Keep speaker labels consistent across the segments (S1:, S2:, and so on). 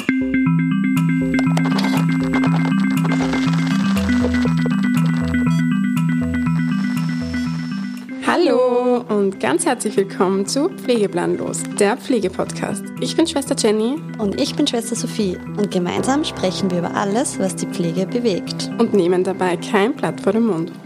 S1: Hallo und ganz herzlich willkommen zu Pflegeplanlos, der Pflegepodcast. Ich bin Schwester Jenny.
S2: Und ich bin Schwester Sophie. Und gemeinsam sprechen wir über alles, was die Pflege bewegt.
S1: Und nehmen dabei kein Blatt vor den Mund.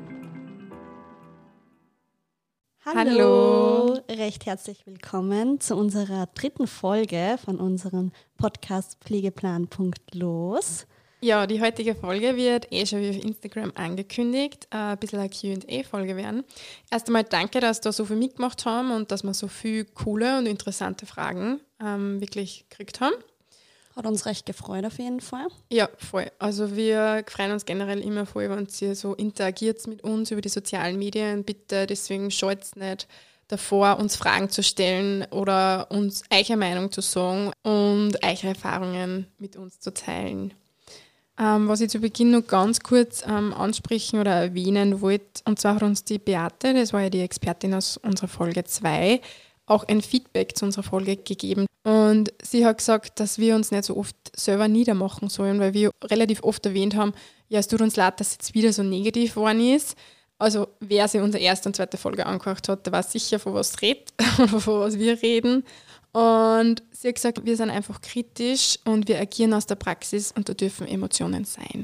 S2: Hallo! Recht herzlich willkommen zu unserer 3. Folge von unserem Podcast Pflegeplan.los.
S1: Ja, die heutige Folge wird schon wie auf Instagram angekündigt, ein bisschen eine Q&A-Folge werden. Erst einmal danke, dass da so viel mitgemacht haben und dass wir so viele coole und interessante Fragen wirklich gekriegt haben.
S2: Hat uns recht gefreut auf jeden Fall.
S1: Ja, voll. Also wir freuen uns generell immer voll, wenn ihr so interagiert mit uns über die sozialen Medien. Bitte deswegen scheut nicht davor, uns Fragen zu stellen oder uns eure Meinung zu sagen und eure Erfahrungen mit uns zu teilen. Was ich zu Beginn noch ganz kurz ansprechen oder erwähnen wollte, und zwar hat uns die Beate, das war ja die Expertin aus unserer Folge 2, auch ein Feedback zu unserer Folge gegeben. Und sie hat gesagt, dass wir uns nicht so oft selber niedermachen sollen, weil wir relativ oft erwähnt haben, ja, es tut uns leid, dass es jetzt wieder so negativ geworden ist. Also wer sich unsere erste und zweite Folge angehört hat, der weiß sicher, von was redet oder von was wir reden. Und sie hat gesagt, wir sind einfach kritisch und wir agieren aus der Praxis und da dürfen Emotionen sein.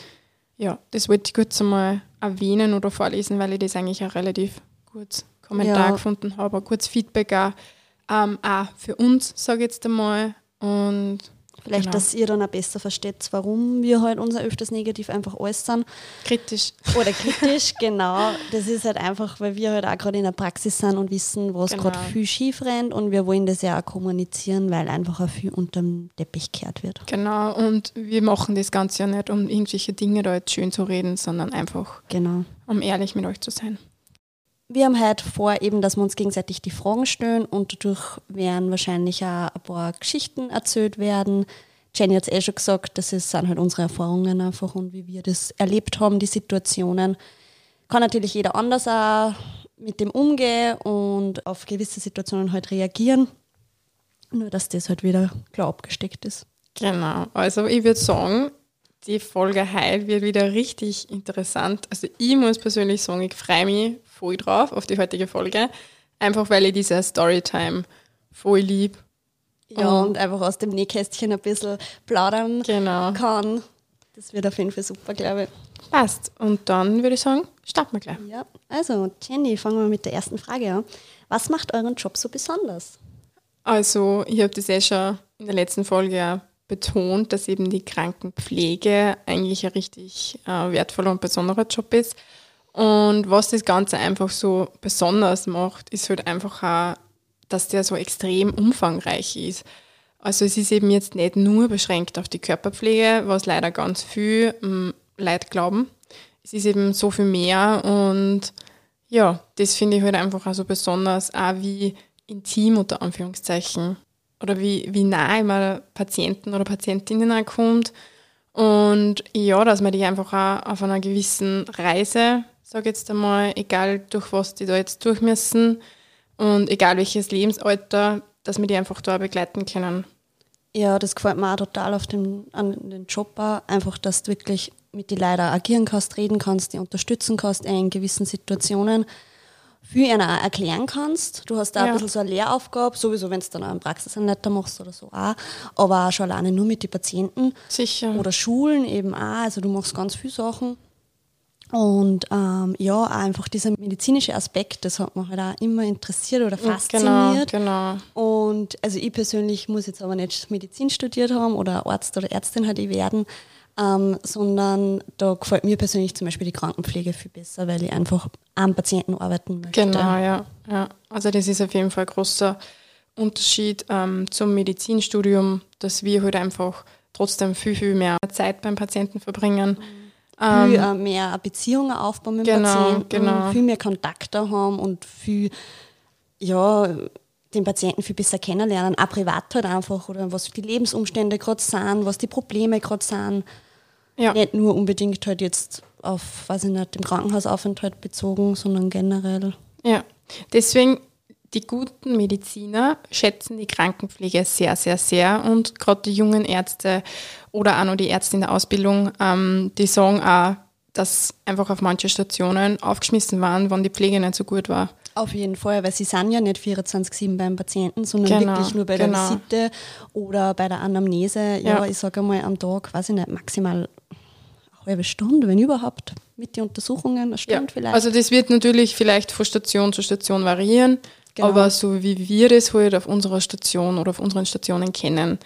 S1: Ja, das wollte ich kurz einmal erwähnen oder vorlesen, weil ich das eigentlich auch relativ gut Kommentar gefunden habe, ein kurzes Feedback auch für uns, sage ich jetzt einmal. Und
S2: vielleicht,
S1: genau,
S2: dass ihr dann auch besser versteht, warum wir halt unser öfters negativ einfach äußern.
S1: Kritisch.
S2: Oder kritisch, genau. Das ist halt einfach, weil wir halt auch gerade in der Praxis sind und wissen, was gerade viel schief rennt, und wir wollen das ja auch kommunizieren, weil einfach auch viel unterm Teppich gekehrt wird.
S1: Genau, und wir machen das Ganze ja nicht, um irgendwelche Dinge da jetzt schön zu reden, sondern einfach, um ehrlich mit euch zu sein.
S2: Wir haben heute vor, eben, dass wir uns gegenseitig die Fragen stellen, und dadurch werden wahrscheinlich auch ein paar Geschichten erzählt werden. Jenny hat es schon gesagt, das sind halt unsere Erfahrungen einfach und wie wir das erlebt haben, die Situationen. Kann natürlich jeder anders auch mit dem umgehen und auf gewisse Situationen halt reagieren. Nur, dass das halt wieder klar abgesteckt ist.
S1: Genau, also ich würde sagen, die Folge heute wird wieder richtig interessant. Also ich muss persönlich sagen, ich freue mich voll drauf auf die heutige Folge. Einfach weil ich diese Storytime voll lieb.
S2: Ja, und einfach aus dem Nähkästchen ein bisschen plaudern kann. Das wird auf jeden Fall super, glaube ich.
S1: Passt. Und dann würde ich sagen, starten wir gleich.
S2: Ja, also Jenny, fangen wir mit der ersten Frage an. Was macht euren Job so besonders?
S1: Also ich habe das schon in der letzten Folge auch betont, dass eben die Krankenpflege eigentlich ein richtig wertvoller und besonderer Job ist. Und was das Ganze einfach so besonders macht, ist halt einfach auch, dass der so extrem umfangreich ist. Also es ist eben jetzt nicht nur beschränkt auf die Körperpflege, was leider ganz viel Leute glauben. Es ist eben so viel mehr, und ja, das finde ich halt einfach auch so besonders, auch wie intim unter Anführungszeichen oder wie nahe man Patienten oder Patientinnen ankommt. Und ja, dass man die einfach auch auf einer gewissen Reise, sage ich jetzt einmal, egal durch was die da jetzt durch müssen und egal welches Lebensalter, dass wir die einfach da begleiten können.
S2: Ja, das gefällt mir auch total an den Job auch. Einfach, dass du wirklich mit den Leuten agieren kannst, reden kannst, die unterstützen kannst in gewissen Situationen. Viel ihnen auch erklären kannst. Du hast da ein bisschen so eine Lehraufgabe, sowieso, wenn du dann auch einen Praxisanleiter machst oder so auch, aber auch schon alleine nur mit den Patienten.
S1: Sicher.
S2: Oder Schulen eben auch, also du machst ganz viele Sachen. Und auch einfach dieser medizinische Aspekt, das hat mich halt auch immer interessiert oder fasziniert.
S1: Genau.
S2: Und also ich persönlich muss jetzt aber nicht Medizin studiert haben oder Arzt oder Ärztin halt werden, sondern da gefällt mir persönlich zum Beispiel die Krankenpflege viel besser, weil ich einfach am Patienten arbeiten möchte.
S1: Genau, ja. Also das ist auf jeden Fall ein großer Unterschied zum Medizinstudium, dass wir halt einfach trotzdem viel, viel mehr Zeit beim Patienten verbringen.
S2: Viel mehr Beziehungen aufbauen mit dem Patienten, viel mehr Kontakte haben und viel, den Patienten viel besser kennenlernen, auch privat halt einfach, oder was die Lebensumstände gerade sind, was die Probleme gerade sind. Ja. Nicht nur unbedingt halt jetzt auf, dem Krankenhausaufenthalt bezogen, sondern generell.
S1: Ja, deswegen die guten Mediziner schätzen die Krankenpflege sehr, sehr, sehr und gerade die jungen Ärzte oder auch noch die Ärzte in der Ausbildung, die sagen auch, dass einfach auf manche Stationen aufgeschmissen waren, wenn die Pflege nicht so gut war.
S2: Auf jeden Fall, weil sie sind ja nicht 24/7 beim Patienten, sondern wirklich nur bei der Visite oder bei der Anamnese. Ja, ich sage einmal am Tag, weiß ich nicht, maximal eine halbe Stunde, wenn überhaupt, mit den Untersuchungen, eine Stunde vielleicht. Also
S1: das wird natürlich vielleicht von Station zu Station variieren, aber so wie wir das halt auf unserer Station oder auf unseren Stationen kennen,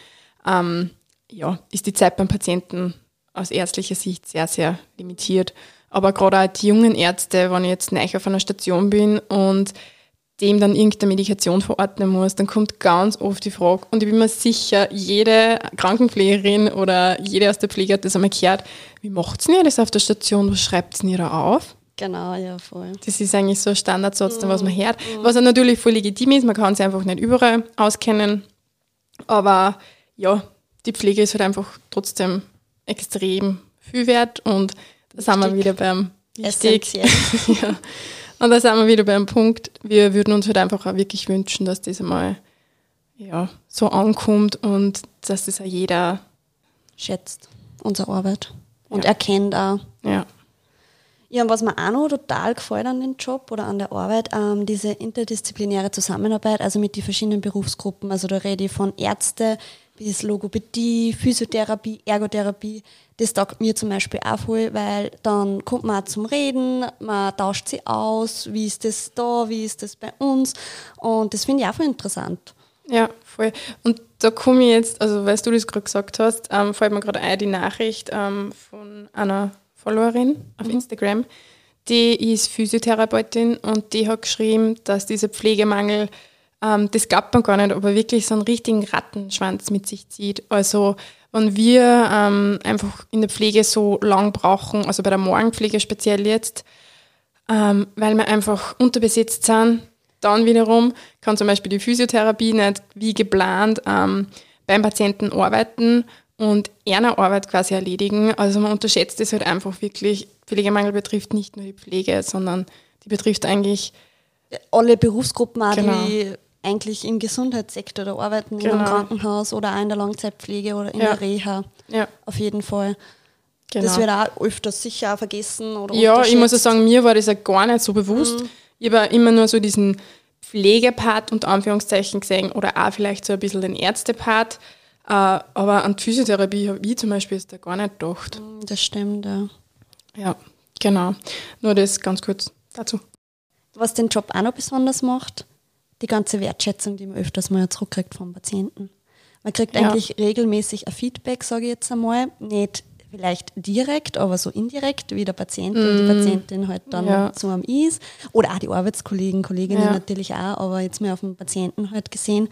S1: ist die Zeit beim Patienten aus ärztlicher Sicht sehr, sehr limitiert. Aber gerade auch die jungen Ärzte, wenn ich jetzt neu auf einer Station bin und dem dann irgendeine Medikation verordnen muss, dann kommt ganz oft die Frage, und ich bin mir sicher, jede Krankenpflegerin oder jede aus der Pflege hat das einmal gehört, wie macht ihr das auf der Station, was schreibt ihr da auf?
S2: Genau, ja, voll.
S1: Das ist eigentlich so ein Standardsatz, was man hört. Was auch natürlich voll legitim ist, man kann sich einfach nicht überall auskennen. Aber ja, die Pflege ist halt einfach trotzdem extrem viel wert und da sind wir wieder beim Wichtig. Ja. Und da sind wir wieder beim Punkt, wir würden uns halt einfach auch wirklich wünschen, dass das einmal so ankommt und dass das auch jeder
S2: schätzt, unsere Arbeit und erkennt auch.
S1: Ja.
S2: Ja, und was mir auch noch total gefällt an dem Job oder an der Arbeit, diese interdisziplinäre Zusammenarbeit, also mit den verschiedenen Berufsgruppen. Also da rede ich von Ärzte bis Logopädie, Physiotherapie, Ergotherapie. Das taugt mir zum Beispiel auch voll, weil dann kommt man auch zum Reden, man tauscht sich aus, wie ist das da, wie ist das bei uns, und das finde ich auch voll interessant.
S1: Ja, voll. Und da komme ich jetzt, also weil du das gerade gesagt hast, fällt mir gerade ein, die Nachricht von einer Followerin auf Instagram, die ist Physiotherapeutin und die hat geschrieben, dass dieser Pflegemangel, das glaubt man gar nicht, aber wirklich so einen richtigen Rattenschwanz mit sich zieht. Also wenn wir einfach in der Pflege so lang brauchen, also bei der Morgenpflege speziell jetzt, weil wir einfach unterbesetzt sind, dann wiederum kann zum Beispiel die Physiotherapie nicht wie geplant beim Patienten arbeiten und eine Arbeit quasi erledigen. Also man unterschätzt das halt einfach wirklich. Pflegemangel betrifft nicht nur die Pflege, sondern die betrifft eigentlich
S2: alle Berufsgruppen, auch die eigentlich im Gesundheitssektor da arbeiten, in einem Krankenhaus oder auch in der Langzeitpflege oder in der Reha. Ja. Auf jeden Fall. Genau. Das wird auch öfters sicher auch vergessen oder
S1: ja, ich muss auch sagen, mir war das ja gar nicht so bewusst. Ich habe immer nur so diesen Pflegepart unter Anführungszeichen gesehen oder auch vielleicht so ein bisschen den Ärztepart. Aber an Physiotherapie habe ich zum Beispiel jetzt da gar nicht gedacht.
S2: Das stimmt, ja.
S1: Ja, genau. Nur das ganz kurz dazu.
S2: Was den Job auch noch besonders macht, die ganze Wertschätzung, die man öfters mal zurückkriegt vom Patienten. Man kriegt eigentlich regelmäßig ein Feedback, sage ich jetzt einmal. Nicht vielleicht direkt, aber so indirekt, wie der Patient und die Patientin halt dann zu einem ist. Oder auch die Arbeitskollegen, Kolleginnen natürlich auch, aber jetzt mal auf den Patienten halt gesehen.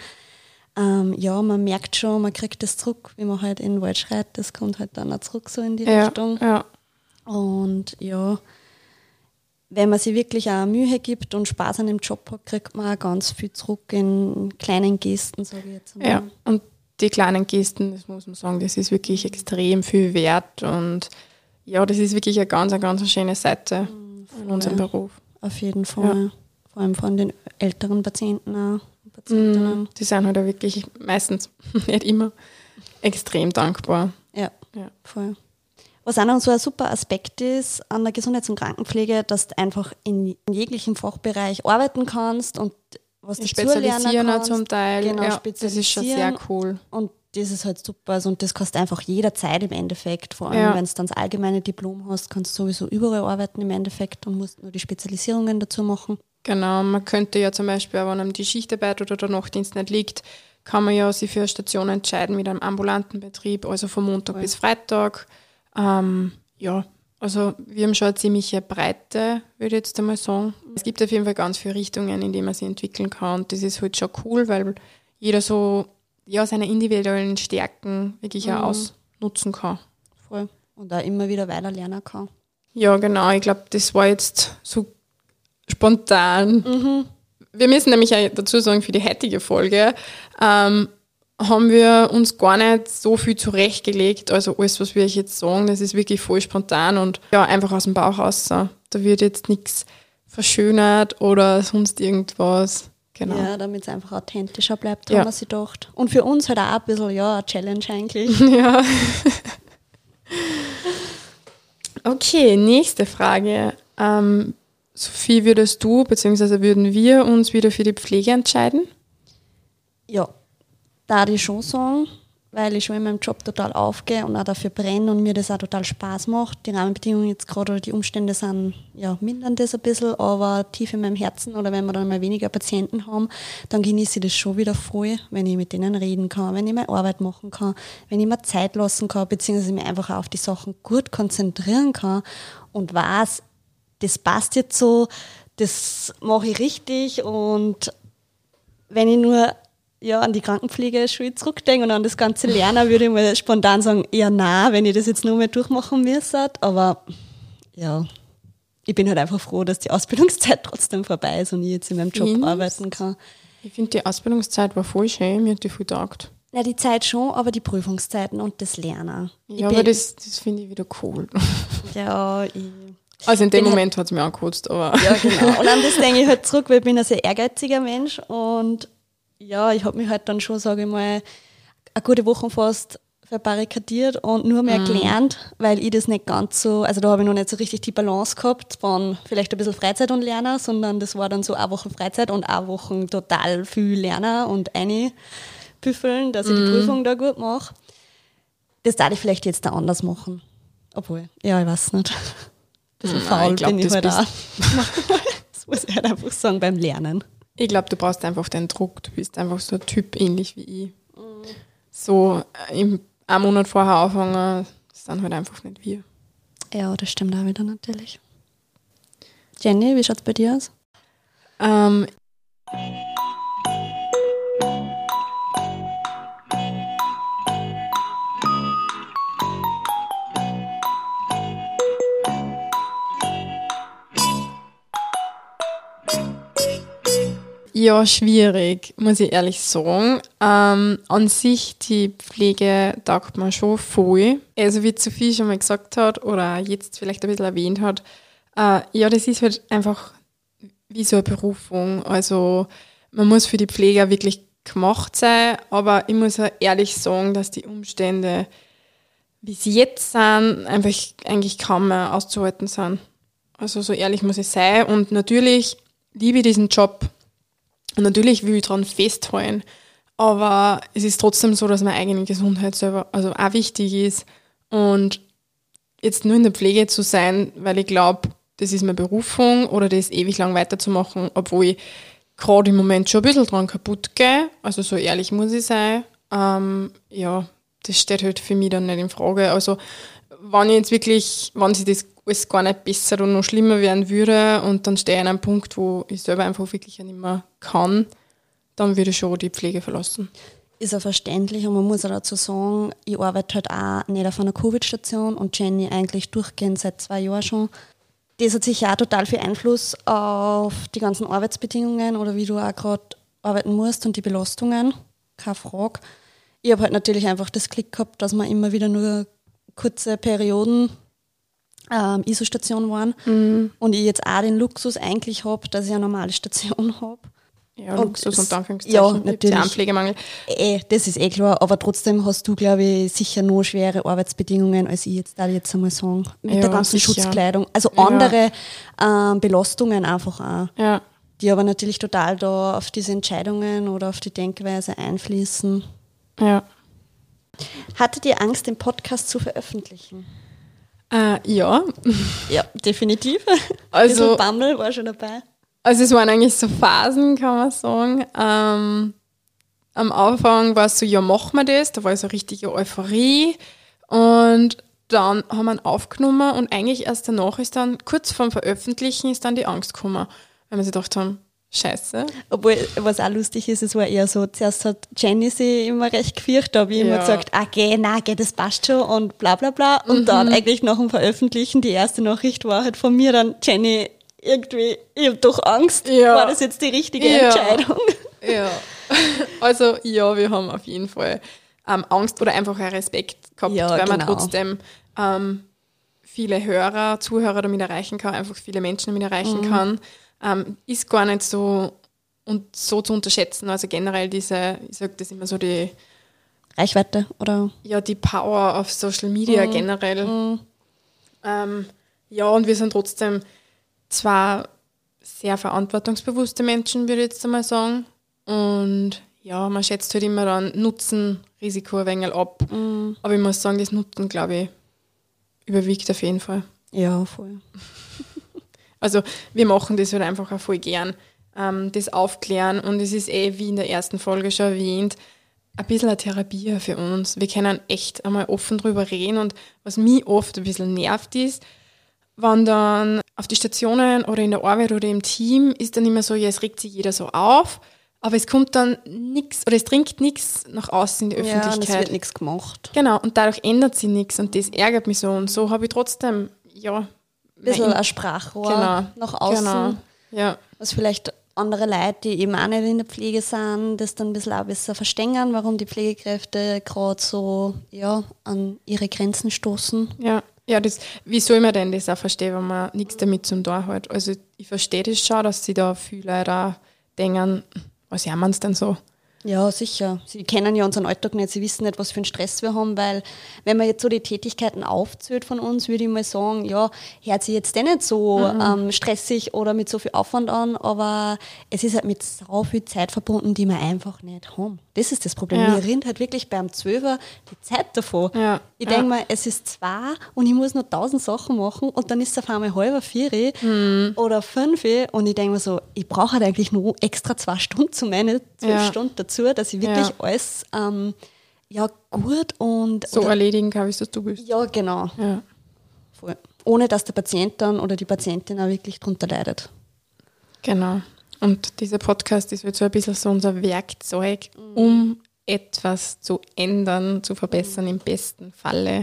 S2: Man merkt schon, man kriegt das zurück, wie man halt in den Wald schreit, das kommt halt dann auch zurück so in die Richtung. Ja. Und wenn man sich wirklich auch Mühe gibt und Spaß an dem Job hat, kriegt man auch ganz viel zurück in kleinen Gesten, sage ich jetzt einmal.
S1: Ja, und die kleinen Gesten, das muss man sagen, das ist wirklich extrem viel wert und ja, das ist wirklich eine ganz schöne Seite in unserem Beruf.
S2: Auf jeden Fall, vor allem von den älteren Patienten auch. Patientinnen.
S1: Die sind halt auch wirklich meistens, nicht immer, extrem dankbar.
S2: Ja, voll. Was auch noch so ein super Aspekt ist an der Gesundheits- und Krankenpflege, dass du einfach in jeglichem Fachbereich arbeiten kannst und was du
S1: spezialisieren
S2: kannst.
S1: Zum Teil.
S2: Genau,
S1: ja, das ist schon sehr cool.
S2: Und das ist halt super. Also, und das kannst du einfach jederzeit im Endeffekt. Vor allem, wenn du dann das allgemeine Diplom hast, kannst du sowieso überall arbeiten im Endeffekt und musst nur die Spezialisierungen dazu machen.
S1: Genau, man könnte ja zum Beispiel, wenn einem die Schichtarbeit oder der Nachtdienst nicht liegt, kann man ja sich für eine Station entscheiden mit einem ambulanten Betrieb, also von Montag bis Freitag. Also wir haben schon eine ziemliche Breite, würde ich jetzt einmal sagen. Es gibt auf jeden Fall ganz viele Richtungen, in denen man sich entwickeln kann. Und das ist halt schon cool, weil jeder so seine individuellen Stärken wirklich auch ausnutzen kann.
S2: Voll. Und auch immer wieder weiter lernen kann.
S1: Ja, genau. Ich glaube, das war jetzt so spontan. Wir müssen nämlich auch dazu sagen, für die heutige Folge haben wir uns gar nicht so viel zurechtgelegt. Also alles, was wir euch jetzt sagen, das ist wirklich voll spontan und einfach aus dem Bauch raus. Da wird jetzt nichts verschönert oder sonst irgendwas. Genau.
S2: Ja, damit es einfach authentischer bleibt,
S1: Ja.
S2: haben wir sich gedacht. Und für uns halt auch ein bisschen, ja, eine Challenge eigentlich.
S1: Ja. Okay, nächste Frage. Sophie, würdest du, beziehungsweise würden wir uns wieder für die Pflege entscheiden?
S2: Ja, da ich schon sagen, weil ich schon in meinem Job total aufgehe und auch dafür brenne und mir das auch total Spaß macht. Die Rahmenbedingungen jetzt gerade oder die Umstände sind, ja, mindern das ein bisschen, aber tief in meinem Herzen oder wenn wir dann mal weniger Patienten haben, dann genieße ich das schon wieder voll, wenn ich mit denen reden kann, wenn ich meine Arbeit machen kann, wenn ich mir Zeit lassen kann, beziehungsweise mich einfach auch auf die Sachen gut konzentrieren kann und weiß, das passt jetzt so, das mache ich richtig und wenn ich nur an die Krankenpflegeschule zurückdenke und an das ganze Lernen, würde ich mal spontan sagen, eher nein, wenn ich das jetzt nur mehr durchmachen müsste. Aber ja, ich bin halt einfach froh, dass die Ausbildungszeit trotzdem vorbei ist und ich jetzt in meinem Job arbeiten kann.
S1: Ich finde, die Ausbildungszeit war voll schön, mir hat die viel getaugt.
S2: Ja, die Zeit schon, aber die Prüfungszeiten und das Lernen.
S1: Ja, aber das finde ich wieder cool.
S2: Ja,
S1: Also in dem Moment hat es mich auch gekotzt, aber...
S2: Ja, genau. Und an das denke ich halt zurück, weil ich bin ein sehr ehrgeiziger Mensch und ja, ich habe mich halt dann schon, sage ich mal, eine gute Woche fast verbarrikadiert und nur mehr gelernt, weil ich das nicht ganz so, also da habe ich noch nicht so richtig die Balance gehabt von vielleicht ein bisschen Freizeit und Lernen, sondern das war dann so eine Woche Freizeit und eine Woche total viel Lernen und einbüffeln, dass ich die Prüfung da gut mache. Das darf ich vielleicht jetzt da anders machen. Obwohl, ja, ich weiß nicht. Das ist faul, bin ich halt auch. Das muss ich halt einfach sagen beim Lernen.
S1: Ich glaube, du brauchst einfach den Druck. Du bist einfach so ein Typ, ähnlich wie ich. So einen Monat vorher anfangen, das sind halt einfach nicht wir.
S2: Ja, das stimmt auch wieder natürlich. Jenny, wie schaut es bei dir aus?
S1: Ja, schwierig, muss ich ehrlich sagen. An sich, die Pflege taugt mir schon voll. Also wie Sophie schon mal gesagt hat oder jetzt vielleicht ein bisschen erwähnt hat, ja, das ist halt einfach wie so eine Berufung. Also man muss für die Pflege wirklich gemacht sein, aber ich muss auch ehrlich sagen, dass die Umstände, wie sie jetzt sind, einfach eigentlich kaum mehr auszuhalten sind. Also so ehrlich muss ich sein. Und natürlich liebe ich diesen Job. Und natürlich will ich daran festhalten, aber es ist trotzdem so, dass meine eigene Gesundheit selber also auch wichtig ist. Und jetzt nur in der Pflege zu sein, weil ich glaube, das ist meine Berufung oder das ewig lang weiterzumachen, obwohl ich gerade im Moment schon ein bisschen dran kaputt gehe. Also so ehrlich muss ich sein. Ja, das steht halt für mich dann nicht in Frage. Also wenn ich jetzt wirklich, wenn sich das alles gar nicht besser oder noch schlimmer werden würde und dann stehe ich an einem Punkt, wo ich selber einfach wirklich nicht mehr kann, dann würde ich schon die Pflege verlassen.
S2: Ist ja verständlich und man muss auch dazu sagen, ich arbeite halt auch nicht auf einer Covid-Station und Jenny eigentlich durchgehend seit 2 Jahren schon. Das hat sicher auch total viel Einfluss auf die ganzen Arbeitsbedingungen oder wie du auch gerade arbeiten musst und die Belastungen, keine Frage. Ich habe halt natürlich einfach das Glück gehabt, dass wir immer wieder nur kurze Perioden ISO-Station waren und ich jetzt auch den Luxus eigentlich habe, dass ich eine normale Station habe.
S1: Ja, Luxus und Anführungszeichen.
S2: Ja, natürlich.
S1: Ja, Pflegemangel.
S2: Das ist klar, aber trotzdem hast du, glaube ich, sicher noch schwere Arbeitsbedingungen, als ich jetzt einmal sagen. Mit
S1: Ja,
S2: der ganzen
S1: sicher.
S2: Schutzkleidung. Also andere Belastungen einfach auch.
S1: Ja.
S2: Die aber natürlich total da auf diese Entscheidungen oder auf die Denkweise einfließen.
S1: Ja.
S2: Hattet ihr Angst, den Podcast zu veröffentlichen?
S1: Ja.
S2: Ja, definitiv.
S1: Also,
S2: Bammel war schon dabei.
S1: Also es waren eigentlich so Phasen, kann man sagen. Am Anfang war es so, ja, machen wir das. Da war so richtige Euphorie. Und dann haben wir ihn aufgenommen und eigentlich erst danach ist dann, kurz vorm Veröffentlichen, ist dann die Angst gekommen. Weil wir sich gedacht haben, scheiße.
S2: Obwohl, was auch lustig ist, es war eher so, zuerst hat Jenny sich immer recht gefürchtet, da habe ich immer gesagt, das passt schon und bla bla bla. Und dann eigentlich nach dem Veröffentlichen, die erste Nachricht war halt von mir dann, Jenny, irgendwie, ich habe doch Angst, war das jetzt die richtige Entscheidung?
S1: Ja, also ja, wir haben auf jeden Fall Angst oder einfach einen Respekt gehabt, weil man trotzdem viele Zuhörer damit erreichen kann, einfach viele Menschen damit erreichen kann. Ist gar nicht so und so zu unterschätzen, also generell diese, ich sage das immer so, die
S2: Reichweite, oder?
S1: Ja, die Power auf Social Media generell. Ja, und wir sind trotzdem zwar sehr verantwortungsbewusste Menschen, würde ich jetzt einmal sagen. Und ja, man schätzt halt immer dann Nutzen, Risiko ein wenig ab. Aber ich muss sagen, das Nutzen, glaube ich, überwiegt auf jeden Fall.
S2: Ja, voll.
S1: Also wir machen das halt einfach auch voll gern, das Aufklären. Und es ist wie in der ersten Folge schon erwähnt, ein bisschen eine Therapie für uns. Wir können echt einmal offen drüber reden. Und was mich oft ein bisschen nervt ist, wenn dann auf die Stationen oder in der Arbeit oder im Team ist dann immer so, ja, es regt sich jeder so auf, aber es kommt dann nichts oder es dringt nichts nach außen in die Öffentlichkeit.
S2: Ja, und es wird nichts gemacht.
S1: Genau, und dadurch ändert sich nichts und das ärgert mich so. Und so habe ich trotzdem, ja...
S2: Ein bisschen ein Sprachrohr nach außen.
S1: Genau, ja.
S2: Was vielleicht andere Leute, die eben auch nicht in der Pflege sind, das dann ein bisschen auch besser verstehen, warum die Pflegekräfte gerade so an ihre Grenzen stoßen.
S1: Ja, wie soll man denn das auch verstehen, wenn man nichts damit zu tun hat? Also ich verstehe das schon, dass sie da viele Leute auch denken, was jammern sie denn so?
S2: Ja, sicher. Sie kennen ja unseren Alltag nicht, sie wissen nicht, was für einen Stress wir haben, weil wenn man jetzt so die Tätigkeiten aufzählt von uns, würde ich mal sagen, ja, hört sich jetzt nicht so stressig oder mit so viel Aufwand an, aber es ist halt mit so viel Zeit verbunden, die wir einfach nicht haben. Das ist das Problem. Wir reden halt wirklich beim 12er die Zeit davon.
S1: Ja.
S2: Ich denke mal, es ist 2 und ich muss noch 1000 Sachen machen und dann ist es auf einmal 3:30 oder 5 und ich denke mir so, ich brauche halt eigentlich nur extra 2 Stunden zu meinen 12 Stunden dazu, dass ich wirklich alles gut und...
S1: So erledigen kann, wie es du bist.
S2: Ja, genau.
S1: Ja.
S2: Voll. Ohne, dass der Patient dann oder die Patientin auch wirklich drunter leidet.
S1: Genau. Und dieser Podcast ist halt so ein bisschen so unser Werkzeug, um etwas zu ändern, zu verbessern im besten Falle.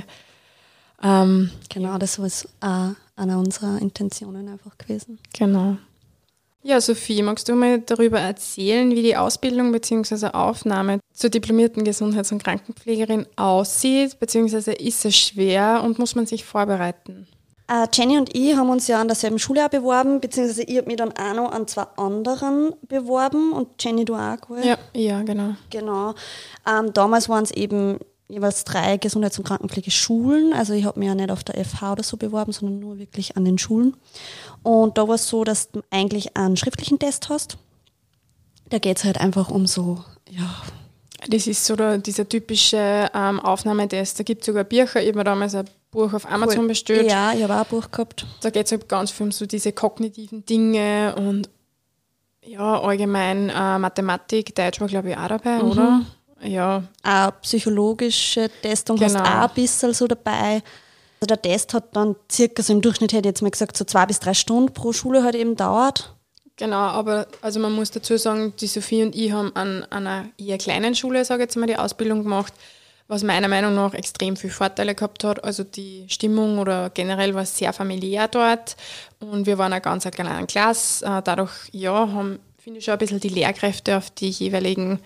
S2: Genau, das war auch eine unserer Intentionen einfach gewesen.
S1: Genau. Ja, Sophie, magst du mal darüber erzählen, wie die Ausbildung bzw. Aufnahme zur diplomierten Gesundheits- und Krankenpflegerin aussieht, beziehungsweise ist es schwer und muss man sich vorbereiten?
S2: Jenny und ich haben uns ja an derselben Schule auch beworben, beziehungsweise ich habe mich dann auch noch an 2 anderen beworben und Jenny, du auch, gell?
S1: Ja, genau.
S2: Genau. Damals waren es eben jeweils 3 Gesundheits- und Krankenpflegeschulen. Also ich habe mich ja nicht auf der FH oder so beworben, sondern nur wirklich an den Schulen. Und da war es so, dass du eigentlich einen schriftlichen Test hast. Da geht es halt einfach um so,
S1: Das ist so dieser typische Aufnahmetest. Da gibt es sogar Bücher. Ich habe mir damals ein Buch auf Amazon bestellt.
S2: Ja, ich habe auch ein Buch gehabt.
S1: Da geht es halt ganz viel um so diese kognitiven Dinge und ja, allgemein Mathematik, Deutsch war glaube ich auch dabei, oder? Ja.
S2: Auch psychologische Testung hast auch ein bisschen so dabei. Also der Test hat dann circa so im Durchschnitt, hätte ich jetzt mal gesagt, so 2 bis 3 Stunden pro Schule halt eben dauert.
S1: Genau, aber also man muss dazu sagen, die Sophie und ich haben an einer eher kleinen Schule, sage ich jetzt mal, die Ausbildung gemacht, was meiner Meinung nach extrem viele Vorteile gehabt hat. Also die Stimmung oder generell war es sehr familiär dort und wir waren eine ganz kleine Klasse. Dadurch, finde ich schon ein bisschen die Lehrkräfte auf die jeweiligen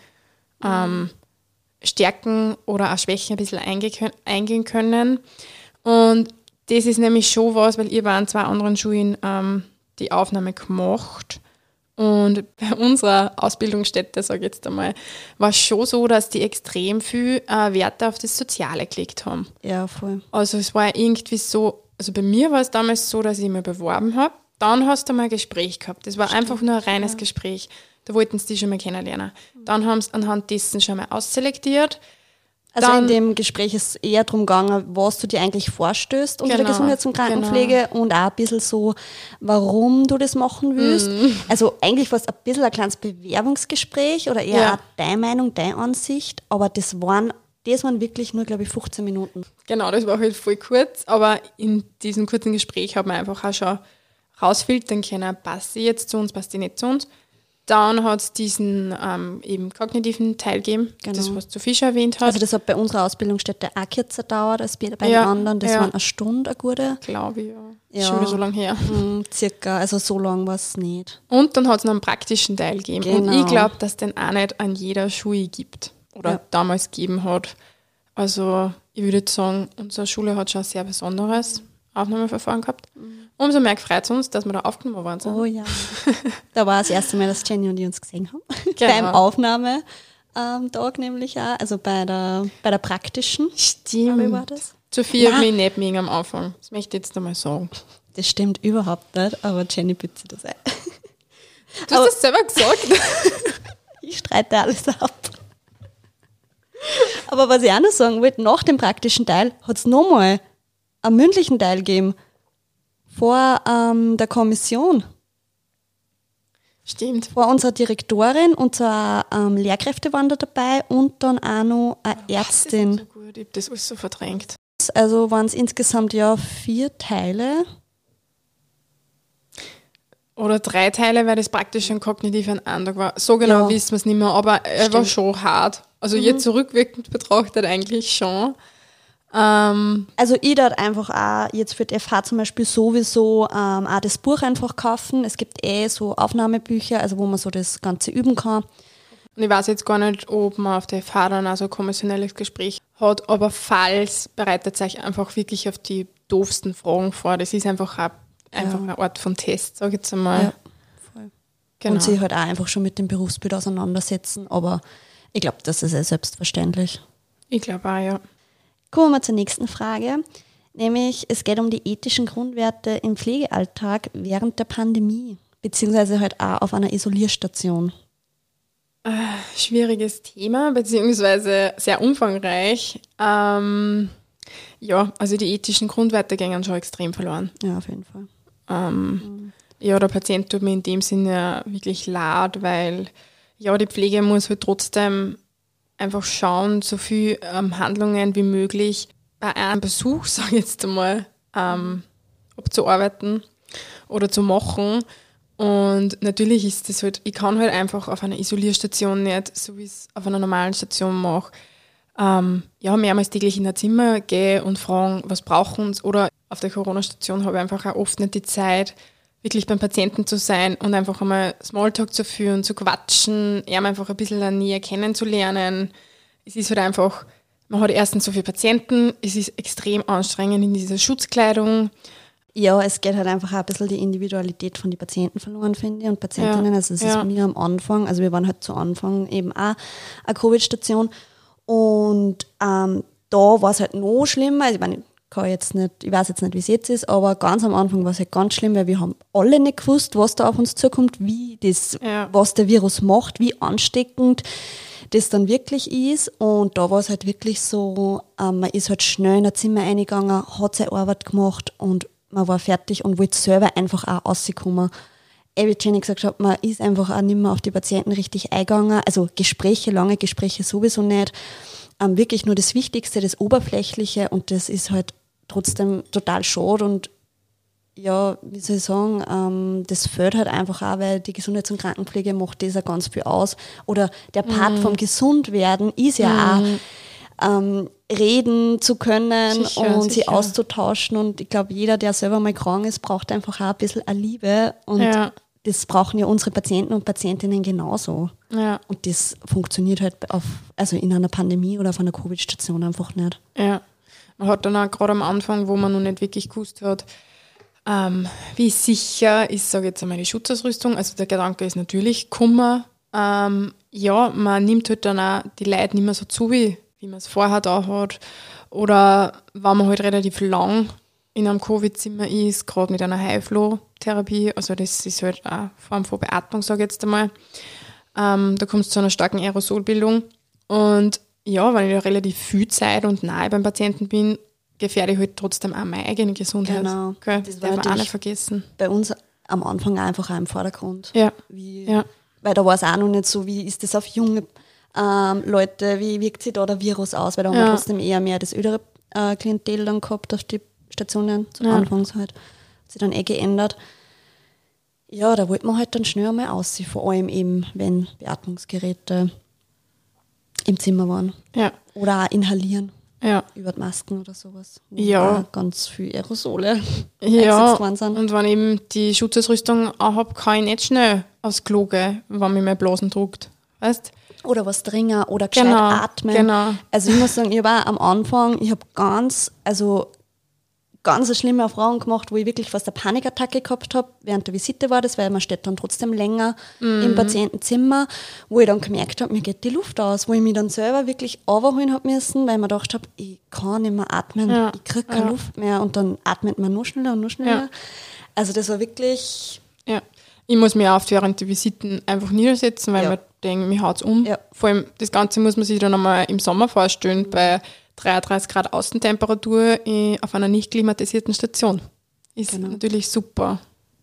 S1: Stärken oder auch Schwächen ein bisschen eingehen können. Und das ist nämlich schon was, weil ihr war an 2 anderen Schulen die Aufnahme gemacht. Und bei unserer Ausbildungsstätte, sage ich jetzt einmal, war es schon so, dass die extrem viel Wert auf das Soziale gelegt haben.
S2: Ja, voll.
S1: Also es war irgendwie so, also bei mir war es damals so, dass ich mich beworben habe. Dann hast du mal ein Gespräch gehabt. Das war einfach nur ein reines Gespräch. Da wollten sie die schon mal kennenlernen. Dann haben sie anhand dessen schon mal ausselektiert.
S2: Also
S1: dann,
S2: in dem Gespräch ist es eher darum gegangen, was du dir eigentlich vorstößt unter der Gesundheits- und Krankenpflege und auch ein bisschen so, warum du das machen willst. Also eigentlich war es ein bisschen ein kleines Bewerbungsgespräch oder eher auch deine Meinung, deine Ansicht, aber das waren wirklich nur, glaube ich, 15 Minuten.
S1: Genau, das war halt voll kurz, aber in diesem kurzen Gespräch hat man einfach auch schon rausfiltern können, passt sie jetzt zu uns, passt sie nicht zu uns. Dann hat es diesen eben kognitiven Teil gegeben, das, was Sophie schon erwähnt hat.
S2: Also das hat bei unserer Ausbildungsstätte auch kürzer gedauert als bei den anderen. Das waren 1 Stunde, eine gute.
S1: Glaube ich, ja. Schon wieder so lange her.
S2: Circa, also so lang war es nicht.
S1: Und dann hat es noch einen praktischen Teil gegeben. Genau. Und ich glaube, dass den auch nicht an jeder Schule gibt oder damals gegeben hat. Also ich würde sagen, unsere Schule hat schon was sehr Besonderes. Aufnahmeverfahren gehabt. Umso mehr freut es uns, dass wir da aufgenommen worden sind.
S2: Oh ja. Da war das erste Mal, dass Jenny und ich uns gesehen haben.
S1: Genau.
S2: Beim Aufnahmetag nämlich auch, also bei der praktischen.
S1: Stimmt.
S2: Wie war das?
S1: Sophie hat mich nicht mögen am Anfang. Das möchte ich jetzt einmal sagen.
S2: Das stimmt überhaupt nicht, aber Jenny bitte das ein.
S1: Du hast das selber gesagt.
S2: Ich streite alles ab. Aber was ich auch noch sagen wollte, nach dem praktischen Teil hat es nochmal einen mündlichen Teil gegeben. Vor der Kommission.
S1: Stimmt.
S2: Vor unserer Direktorin, unsere Lehrkräfte waren da dabei und dann auch noch eine Ärztin.
S1: Das ist so gut, ich habe das alles so verdrängt.
S2: Also waren es insgesamt ja 4 Teile.
S1: Oder 3 Teile, weil das praktisch ein kognitiver Eindruck war. So genau wissen wir es nicht mehr, aber er war schon hart. Also jetzt zurückwirkend betrachtet eigentlich schon.
S2: Also ich dort einfach auch jetzt für die FH zum Beispiel sowieso auch das Buch einfach kaufen. Es gibt so Aufnahmebücher, also wo man so das Ganze üben kann.
S1: Und ich weiß jetzt gar nicht, ob man auf der FH dann auch so ein kommissionelles Gespräch hat, aber falls, bereitet euch einfach wirklich auf die doofsten Fragen vor. Das ist einfach eine Art von Test, sage ich jetzt einmal.
S2: Ja, voll. Genau. Und sich halt auch einfach schon mit dem Berufsbild auseinandersetzen, aber ich glaube, das ist selbstverständlich.
S1: Ich glaube auch, ja.
S2: Kommen wir zur nächsten Frage, nämlich es geht um die ethischen Grundwerte im Pflegealltag während der Pandemie, beziehungsweise halt auch auf einer Isolierstation.
S1: Schwieriges Thema, beziehungsweise sehr umfangreich. Ja, also die ethischen Grundwerte gehen schon extrem verloren.
S2: Ja, auf jeden Fall.
S1: Ja, der Patient tut mir in dem Sinne wirklich leid, weil ja, die Pflege muss halt trotzdem einfach schauen, so viel Handlungen wie möglich bei einem Besuch, sage ich jetzt einmal, abzuarbeiten oder zu machen. Und natürlich ist das halt, ich kann halt einfach auf einer Isolierstation nicht, so wie ich es auf einer normalen Station mache, mehrmals täglich in ein Zimmer gehe und fragen, was brauchen sie? Oder auf der Corona-Station habe ich einfach auch oft nicht die Zeit, wirklich beim Patienten zu sein und einfach einmal Smalltalk zu führen, zu quatschen, ihm einfach ein bisschen näher kennenzulernen. Es ist halt einfach, man hat erstens so viele Patienten, es ist extrem anstrengend in dieser Schutzkleidung.
S2: Ja, es geht halt einfach auch ein bisschen die Individualität von den Patienten verloren, finde ich, und Patientinnen. Also es ist bei mir am Anfang, also wir waren halt zu Anfang eben auch eine Covid-Station und da war es halt noch schlimmer. Also ich meine, ich weiß jetzt nicht, wie es jetzt ist, aber ganz am Anfang war es halt ganz schlimm, weil wir haben alle nicht gewusst, was da auf uns zukommt, was der Virus macht, wie ansteckend das dann wirklich ist. Und da war es halt wirklich so, man ist halt schnell in ein Zimmer reingegangen, hat seine Arbeit gemacht und man war fertig und wollte selber einfach auch rauskommen. Wie Jenny gesagt hat, man ist einfach auch nicht mehr auf die Patienten richtig eingegangen. Also lange Gespräche sowieso nicht. Wirklich nur das Wichtigste, das Oberflächliche, und das ist halt trotzdem total schade und ja, wie soll ich sagen, das fehlt halt einfach auch, weil die Gesundheits- und Krankenpflege macht das ja ganz viel aus. Oder der Part vom Gesundwerden ist ja auch, reden zu können und sich auszutauschen. Und ich glaube, jeder, der selber mal krank ist, braucht einfach auch ein bisschen eine Liebe. Und das brauchen ja unsere Patienten und Patientinnen genauso. Ja. Und das funktioniert halt in einer Pandemie oder auf einer Covid-Station einfach nicht.
S1: Ja, man hat dann auch gerade am Anfang, wo man noch nicht wirklich gewusst hat, wie sicher ist, sage ich jetzt einmal, die Schutzausrüstung. Also der Gedanke ist natürlich Kummer. Man nimmt halt dann auch die Leute nicht mehr so zu, wie man es vorher da hat. Oder wenn man halt relativ lang in einem Covid-Zimmer ist, gerade mit einer High-Flow-Therapie, also das ist halt eine Form von Beatmung, sage ich jetzt einmal. Da kommt es zu einer starken Aerosolbildung. Und ja, wenn ich da relativ viel Zeit und nahe beim Patienten bin, gefährde ich halt trotzdem auch meine eigene Gesundheit.
S2: Genau.
S1: Okay? Das darf man auch nicht vergessen.
S2: Bei uns am Anfang einfach auch im Vordergrund.
S1: Ja.
S2: Weil da war es auch noch nicht so, wie ist das auf junge Leute, wie wirkt sich da der Virus aus? Weil da haben wir trotzdem eher mehr das ödere Klientel dann gehabt auf die Stationen zum Anfangs halt. Hat sich dann geändert. Ja, da wollte man halt dann schnell einmal aussehen, vor allem eben, wenn Beatmungsgeräte im Zimmer waren. Ja. Oder auch inhalieren. Ja. Über die Masken oder sowas. Wo ganz viel Aerosole eingesetzt worden sind.
S1: Und wenn ich eben die Schutzausrüstung auch habe, kann ich nicht schnell aufs Klo gehen, wenn mich meine Blasen druckt. Weißt?
S2: Oder was trinken oder gescheit atmen. Genau. Also ich muss sagen, ich habe auch am Anfang, ich habe ganz eine schlimme Erfahrung gemacht, wo ich wirklich fast eine Panikattacke gehabt habe während der Visite war das, weil man steht dann trotzdem länger im Patientenzimmer, wo ich dann gemerkt habe, mir geht die Luft aus, wo ich mich dann selber wirklich runterholen habe müssen, weil ich mir gedacht habe, ich kann nicht mehr atmen, ich kriege keine Luft mehr und dann atmet man nur schneller und nur schneller. Ja. Also das war wirklich...
S1: Ja, ich muss mich oft während der Visiten einfach niedersetzen, weil man denkt, mich haut es um. Ja. Vor allem das Ganze muss man sich dann einmal im Sommer vorstellen, bei 33 Grad Außentemperatur auf einer nicht klimatisierten Station. Ist natürlich super.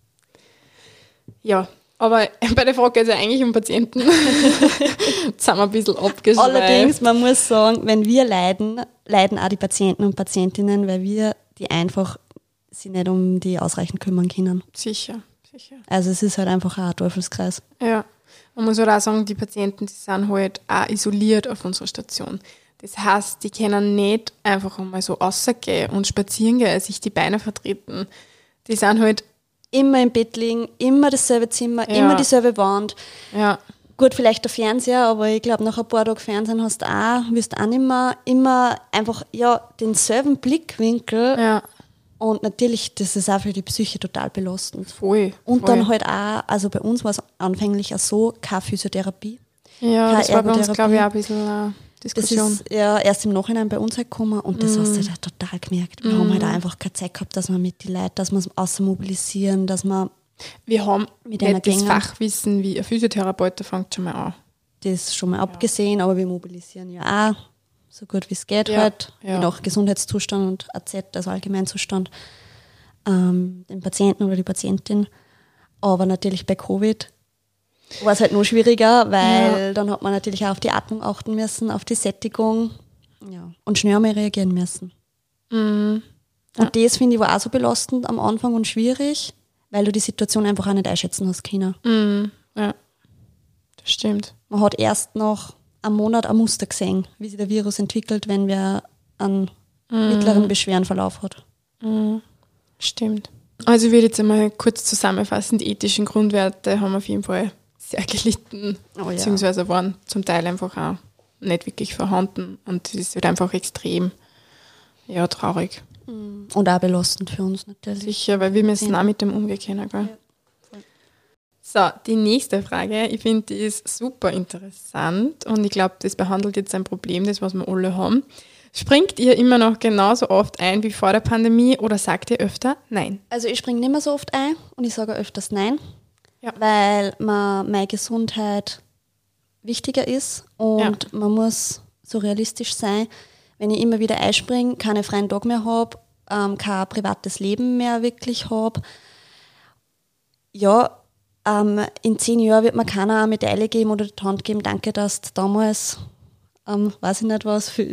S1: Ja, aber bei der Frage geht es ja eigentlich um Patienten. Jetzt sind wir ein bisschen abgeschweift.
S2: Allerdings, man muss sagen, wenn wir leiden auch die Patienten und Patientinnen, weil wir die einfach sich nicht um die ausreichend kümmern können.
S1: Sicher.
S2: Also es ist halt einfach auch ein Teufelskreis.
S1: Ja, man muss halt auch sagen, die Patienten, die sind halt auch isoliert auf unserer Station. Das heißt, die können nicht einfach einmal so rausgehen und spazieren gehen, sich die Beine vertreten. Die sind halt
S2: immer im Bett liegen, immer dasselbe Zimmer, immer dieselbe Wand.
S1: Ja.
S2: Gut, vielleicht der Fernseher, aber ich glaube, nach ein paar Tagen Fernsehen wirst du auch nicht mehr immer einfach denselben Blickwinkel. Ja. Und natürlich, das ist auch für die Psyche total belastend.
S1: Voll.
S2: Dann halt auch, also bei uns war es anfänglich auch so, keine Physiotherapie.
S1: Ja, das war bei uns, glaube ich, auch ein bisschen Diskussion.
S2: Das ist ja erst im Nachhinein bei uns halt gekommen und das hast du halt total gemerkt. Wir haben halt auch einfach keine Zeit gehabt, dass wir mit den Leuten, dass wir es außer mobilisieren, dass
S1: wir haben mit nicht das Fachwissen, wie ein Physiotherapeut, fängt schon mal an.
S2: Das schon mal abgesehen, aber wir mobilisieren ja auch so gut wie es geht halt, je nach Gesundheitszustand und AZ, also Allgemeinzustand, den Patienten oder die Patientin. Aber natürlich bei Covid war es halt noch schwieriger, weil dann hat man natürlich auch auf die Atmung achten müssen, auf die Sättigung und schnell mal reagieren müssen. Und das, finde ich, war auch so belastend am Anfang und schwierig, weil du die Situation einfach auch nicht einschätzen hast können.
S1: Ja, das stimmt.
S2: Man hat erst nach einem Monat ein Muster gesehen, wie sich der Virus entwickelt, wenn wer einen mittleren Beschwerdenverlauf hat.
S1: Stimmt. Also ich würde jetzt einmal kurz zusammenfassen, die ethischen Grundwerte haben auf jeden Fall sehr gelitten, beziehungsweise waren zum Teil einfach auch nicht wirklich vorhanden und das ist halt einfach extrem traurig.
S2: Und auch belastend für uns natürlich.
S1: Sicher, weil wir müssen auch mit dem umgehen können, gell? So, die nächste Frage, ich finde, die ist super interessant und ich glaube, das behandelt jetzt ein Problem, das was wir alle haben. Springt ihr immer noch genauso oft ein wie vor der Pandemie oder sagt ihr öfter Nein?
S2: Also ich springe nicht mehr so oft ein und ich sage öfters Nein, weil meine Gesundheit wichtiger ist und man muss so realistisch sein, wenn ich immer wieder einspringe, keine freien Tage mehr habe, kein privates Leben mehr wirklich habe, in 10 Jahren wird mir keiner eine Medaille geben oder die Hand geben, danke, dass du damals, weiß ich nicht was, für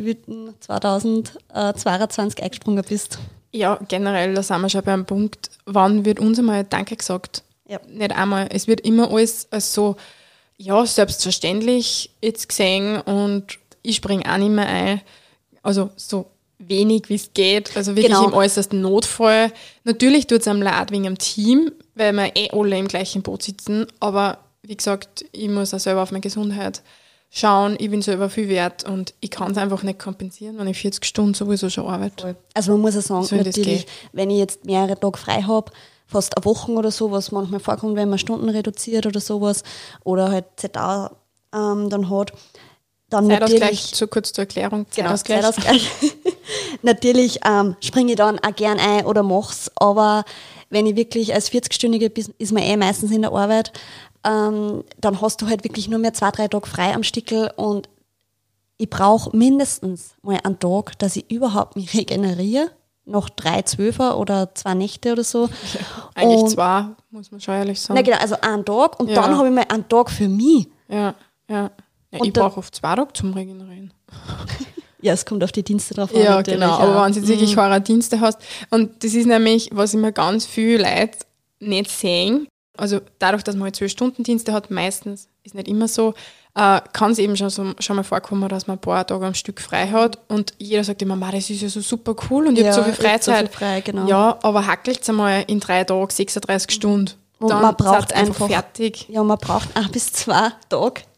S2: 2022 eingesprungen bist.
S1: Ja, generell, da sind wir schon bei einem Punkt, wann wird uns einmal Danke gesagt? Ja. Nicht einmal. Es wird immer alles als so, selbstverständlich jetzt gesehen und ich springe auch nicht mehr ein. Also so wenig wie es geht, also wirklich im äußersten Notfall. Natürlich tut es einem leid wegen dem Team, weil wir alle im gleichen Boot sitzen, aber wie gesagt, ich muss auch selber auf meine Gesundheit schauen, ich bin selber viel wert und ich kann es einfach nicht kompensieren, wenn ich 40 Stunden sowieso schon arbeite.
S2: Also man muss auch sagen, natürlich, wenn ich jetzt mehrere Tage frei habe, fast eine Woche oder so, was manchmal vorkommt, wenn man Stunden reduziert oder sowas, oder halt ZA dann hat, dann
S1: Zeitausgleich, so kurz zur Erklärung.
S2: Zeitausgleich. Natürlich springe ich dann auch gern ein oder mach's, aber wenn ich wirklich als 40-Stündige ist man meistens in der Arbeit, dann hast du halt wirklich nur mehr 2-3 Tage frei am Stickel und ich brauche mindestens mal einen Tag, dass ich überhaupt mich regeneriere, noch 3 12er oder 2 Nächte oder so.
S1: Ja, eigentlich und 2, muss man schon ehrlich sagen.
S2: Na genau, also einen Tag und dann habe ich mal einen Tag für mich.
S1: Ja. Ich brauche oft 2 Tage zum Regenerieren.
S2: Ja, es kommt auf die Dienste drauf an.
S1: Ja, genau, aber wenn du jetzt wirklich Horror-Dienste hast, und das ist nämlich, was immer ganz viele Leute nicht sehen, also dadurch, dass man halt 12-Stunden-Dienste hat, meistens, ist nicht immer so, kann es eben schon mal vorkommen, dass man ein paar Tage am Stück frei hat und jeder sagt immer, das ist ja so super cool und ich habe so viel Freizeit.
S2: So viel frei, genau.
S1: Ja, aber hackelt es einmal in 3 Tagen 36 Stunden.
S2: Und
S1: dann
S2: man braucht
S1: einfach fertig.
S2: Ja, man braucht 1 bis 2 Tage,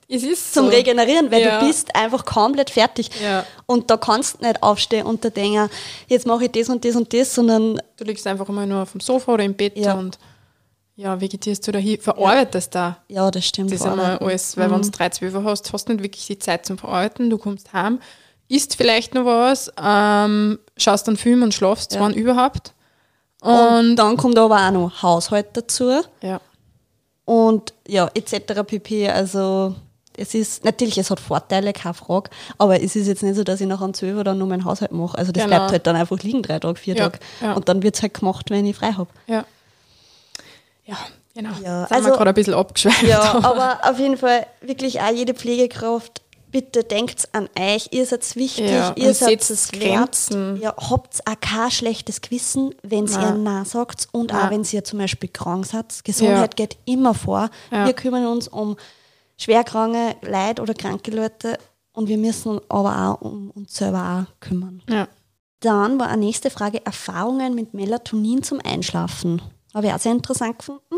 S1: Es ist
S2: zum
S1: so.
S2: Regenerieren, weil
S1: Ja.
S2: du bist einfach komplett fertig.
S1: Ja.
S2: Und da kannst du nicht aufstehen und da denken, jetzt mache ich das und das und das, sondern
S1: Du liegst einfach immer nur auf dem Sofa oder im Bett
S2: Ja.
S1: und vegetierst du dahin, verarbeitest da.
S2: ja, das stimmt.
S1: Das ist einmal
S2: verarbeiten.
S1: alles, weil wenn du 3-12 hast, hast du nicht wirklich die Zeit zum Verarbeiten. Du kommst heim, isst vielleicht noch was, schaust einen Film und schlafst,
S2: Ja.
S1: wann überhaupt.
S2: Und dann kommt aber auch noch Haushalt dazu
S1: Ja,
S2: und ja, etc. pp. Also es ist, natürlich, es hat Vorteile, keine Frage, aber es ist jetzt nicht so, dass ich nach einem 12 dann nur meinen Haushalt mache. Also das
S1: Genau.
S2: bleibt halt dann einfach liegen, 3 Tage, 4
S1: Ja,
S2: Tage.
S1: ja.
S2: Und dann wird es halt gemacht, wenn ich frei habe.
S1: ja. Ja, genau.
S2: Ja,
S1: Jetzt sind wir
S2: also-
S1: gerade ein bisschen abgeschweift.
S2: Ja, aber auf jeden Fall wirklich auch jede Pflegekraft, bitte denkt an euch, ihr seid wichtig,
S1: Ja,
S2: ihr
S1: und
S2: seid
S1: setzt
S2: es
S1: Grenzen.
S2: wert. Ja, habt auch kein schlechtes Gewissen, wenn ihr
S1: Nein.
S2: Nein sagt und auch
S1: Nein.
S2: wenn ihr zum Beispiel krank seid. Gesundheit geht immer vor.
S1: Ja.
S2: Wir kümmern uns um schwerkranke Leute oder kranke Leute und wir müssen uns aber auch um uns selber auch kümmern.
S1: Ja.
S2: Dann war eine nächste Frage, Erfahrungen mit Melatonin zum Einschlafen. Habe ich auch sehr interessant gefunden.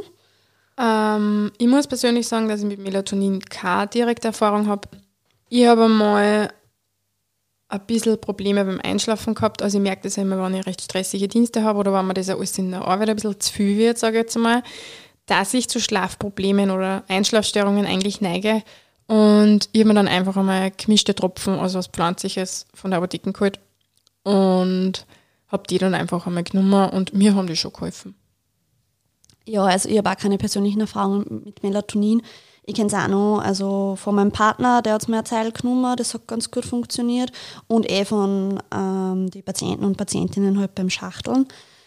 S1: Ich muss persönlich sagen, dass ich mit Melatonin keine direkte Erfahrung habe. Ich habe mal ein bisschen Probleme beim Einschlafen gehabt. Also ich merke das immer, wenn ich recht stressige Dienste habe oder wenn mir das ja alles in der Arbeit ein bisschen zu viel wird, sage ich jetzt einmal, dass ich zu Schlafproblemen oder Einschlafstörungen eigentlich neige. Und ich habe mir dann einfach einmal gemischte Tropfen, also was Pflanzliches von der Apotheke geholt und habe die dann einfach einmal genommen und mir haben die schon geholfen.
S2: Ja, also ich habe auch keine persönlichen Erfahrungen mit Melatonin. Ich kenne es auch noch, also von meinem Partner, der hat es mir eine Zeit genommen, das hat ganz gut funktioniert. Und von den Patienten und Patientinnen halt beim Schachteln.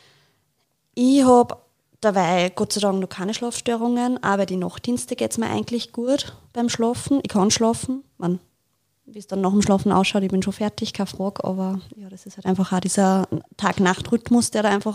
S2: Ich habe dabei Gott sei Dank noch keine Schlafstörungen, aber die Nachtdienste geht es mir eigentlich gut beim Schlafen. Ich kann schlafen. Wie es dann nach dem Schlafen ausschaut, ich bin schon fertig, keine Frage, aber ja, das ist halt einfach auch dieser Tag-Nacht-Rhythmus, der da einfach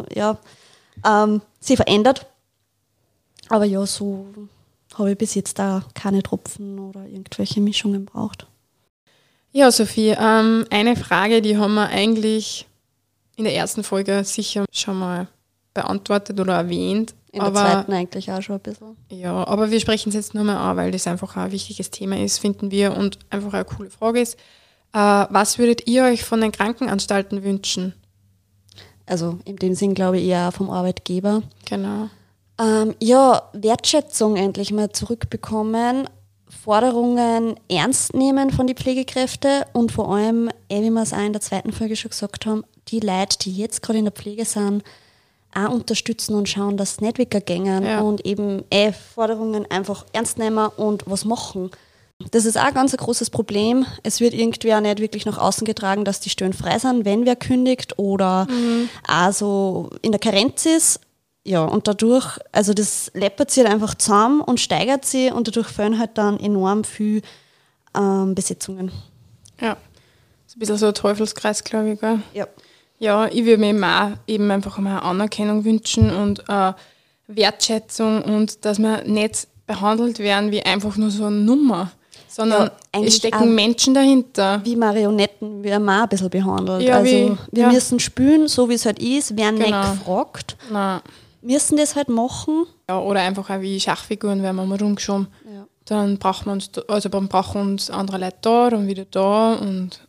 S2: sich verändert. Aber ja, so habe ich bis jetzt da keine Tropfen oder irgendwelche Mischungen braucht.
S1: Ja, Sophie, eine Frage, die haben wir eigentlich in der ersten Folge sicher schon mal beantwortet oder erwähnt.
S2: In der zweiten eigentlich auch schon ein bisschen.
S1: Ja, aber wir sprechen es jetzt nur mal an, weil das einfach ein wichtiges Thema ist, finden wir, und einfach eine coole Frage ist. Was würdet ihr euch von den Krankenanstalten wünschen?
S2: Also in dem Sinn glaube ich eher vom Arbeitgeber.
S1: Genau.
S2: Ja, Wertschätzung endlich mal zurückbekommen, Forderungen ernst nehmen von den Pflegekräften und vor allem, wie wir es auch in der zweiten Folge schon gesagt haben, die Leute, die jetzt gerade in der Pflege sind, auch unterstützen und schauen, dass es nicht weggehen und eben Forderungen einfach ernst nehmen und was machen. Das ist auch ein ganz großes Problem. Es wird irgendwie auch nicht wirklich nach außen getragen, dass die Stellen frei sind, wenn wer kündigt oder auch so in der Karenz ist. Ja, und dadurch, also das läppert sich halt einfach zusammen und steigert sich und dadurch fehlen halt dann enorm viel Besetzungen.
S1: Ja, so ein bisschen so ein Teufelskreis, glaube ich, gell?
S2: Ja.
S1: Ja, ich würde mir auch eben einfach mal Anerkennung wünschen und Wertschätzung und dass wir nicht behandelt werden wie einfach nur so eine Nummer, sondern
S2: Ja, eigentlich
S1: es stecken
S2: auch
S1: Menschen dahinter.
S2: Wie Marionetten werden wir auch ein bisschen behandelt.
S1: Ja,
S2: also wir
S1: ja.
S2: müssen spielen, so wie es halt ist, werden
S1: Genau.
S2: nicht gefragt,
S1: Nein.
S2: müssen das halt machen.
S1: Ja, oder einfach auch wie Schachfiguren werden wir mal rumgeschoben.
S2: Ja.
S1: Dann brauchen wir uns, dann brauchen uns andere Leute da, dann wieder da und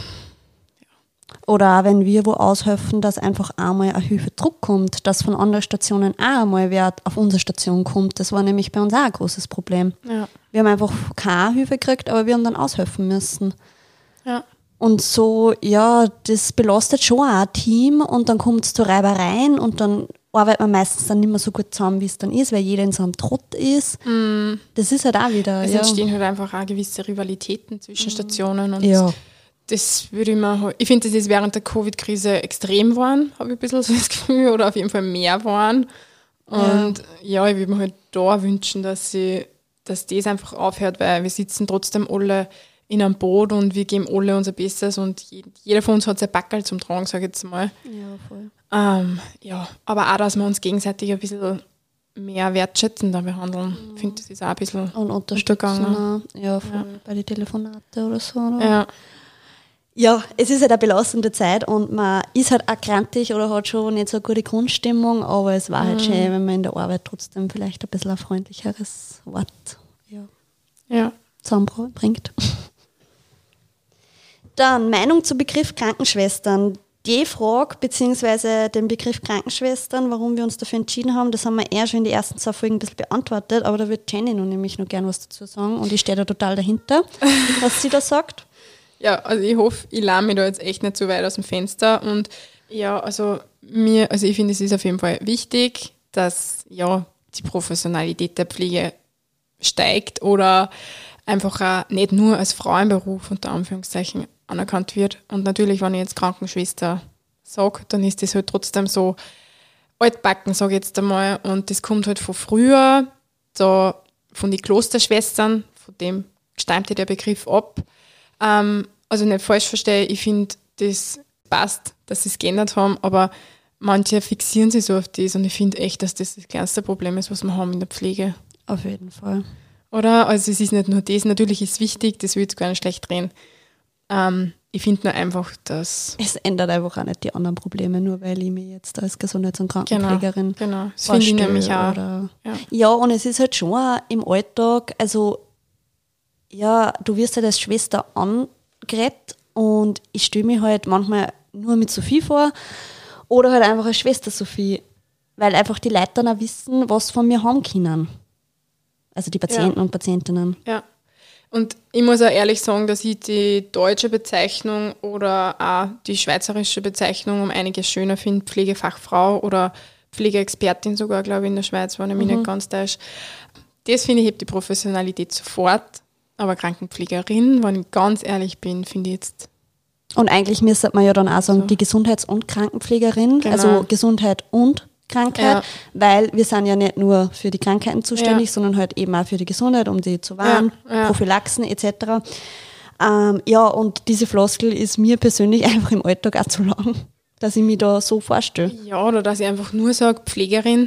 S2: Oder auch wenn wir wo aushelfen, dass einfach einmal eine Hilfe zurückkommt, dass von anderen Stationen auch einmal wer auf unsere Station kommt. Das war nämlich bei uns auch ein großes Problem.
S1: ja.
S2: Wir haben einfach keine Hilfe gekriegt, aber wir haben dann aushelfen müssen.
S1: Ja.
S2: Und so, ja, das belastet schon auch ein Team und dann kommt es zu Reibereien und dann arbeitet man meistens dann nicht mehr so gut zusammen, wie es dann ist, weil jeder in so einem Trott ist. Das ist halt auch wieder,
S1: Es
S2: ja.
S1: entstehen halt einfach auch gewisse Rivalitäten zwischen Stationen und
S2: Ja.
S1: das würde ich mir, ich finde, das ist während der Covid-Krise extrem geworden, habe ich ein bisschen so das Gefühl, oder auf jeden Fall mehr geworden. Und ja, ich würde mir halt da wünschen, dass das einfach aufhört, weil wir sitzen trotzdem alle in einem Boot und wir geben alle unser Bestes und jeder von uns hat sein Backerl zum Tragen, sage ich jetzt mal.
S2: Ja, voll.
S1: Ja, aber auch, dass wir uns gegenseitig ein bisschen mehr wertschätzender behandeln. Ich finde, das ist auch ein bisschen
S2: Und
S1: untergegangen.
S2: unterstützen, ja, voll, bei den Telefonaten oder so. Oder?
S1: Ja.
S2: Ja, es ist halt eine belastende Zeit und man ist halt auch krantig oder hat schon nicht so eine gute Grundstimmung, aber es war halt schön, wenn man in der Arbeit trotzdem vielleicht ein bisschen ein freundlicheres Wort. Ja.
S1: Ja,
S2: zusammenbringt. Dann Meinung zum Begriff Krankenschwestern. Die Frage, beziehungsweise den Begriff Krankenschwestern, warum wir uns dafür entschieden haben, das haben wir eher schon in den ersten 2 Folgen ein bisschen beantwortet, aber da wird Jenny nun nämlich noch gern was dazu sagen und ich stehe da total dahinter, was sie da sagt.
S1: Ja, also ich hoffe, ich lehne mich da jetzt echt nicht so weit aus dem Fenster und ja, also ich finde, es ist auf jeden Fall wichtig, dass ja die Professionalität der Pflege steigt oder einfach auch nicht nur als Frauenberuf unter Anführungszeichen anerkannt wird. Und natürlich, wenn ich jetzt Krankenschwester sage, dann ist das halt trotzdem so altbacken, sage ich jetzt einmal. Und das kommt halt von früher, da von den Klosterschwestern, von dem stammt der Begriff ab. Also nicht falsch verstehe, ich finde, das passt, dass sie es geändert haben, aber manche fixieren sich so auf das und ich finde echt, dass das kleinste Problem ist, was wir haben in der Pflege.
S2: Auf jeden Fall.
S1: Oder? Also es ist nicht nur das, natürlich ist es wichtig, das will ich jetzt gar nicht schlecht reden. Ich finde nur einfach, dass...
S2: Es ändert einfach auch nicht die anderen Probleme, nur weil ich mich jetzt als Gesundheits- und Krankenpflegerin
S1: genau. Das finde ich nämlich auch.
S2: Ja, und es ist halt schon auch im Alltag, also ja, du wirst halt als Schwester angeredet und ich stelle mich halt manchmal nur mit Sophie vor oder halt einfach als Schwester Sophie, weil einfach die Leute dann auch wissen, was von mir haben können. Also die Patienten und Patientinnen.
S1: Ja. Und ich muss auch ehrlich sagen, dass ich die deutsche Bezeichnung oder auch die schweizerische Bezeichnung um einiges schöner finde. Pflegefachfrau oder Pflegeexpertin sogar, glaube ich, in der Schweiz, wenn ich mich nicht ganz täusche. Das finde ich, hebt die Professionalität sofort. Aber Krankenpflegerin, wenn ich ganz ehrlich bin, finde ich jetzt...
S2: Und eigentlich müsste man ja dann auch sagen, die Gesundheits- und Krankenpflegerin,
S1: Genau.
S2: Also Gesundheit und Krankheit, weil wir sind ja nicht nur für die Krankheiten zuständig, sondern halt eben auch für die Gesundheit, um die zu wahren, Prophylaxen etc. Und diese Floskel ist mir persönlich einfach im Alltag auch zu lang, dass ich mich da so vorstelle.
S1: Ja, oder dass ich einfach nur sage, Pflegerin.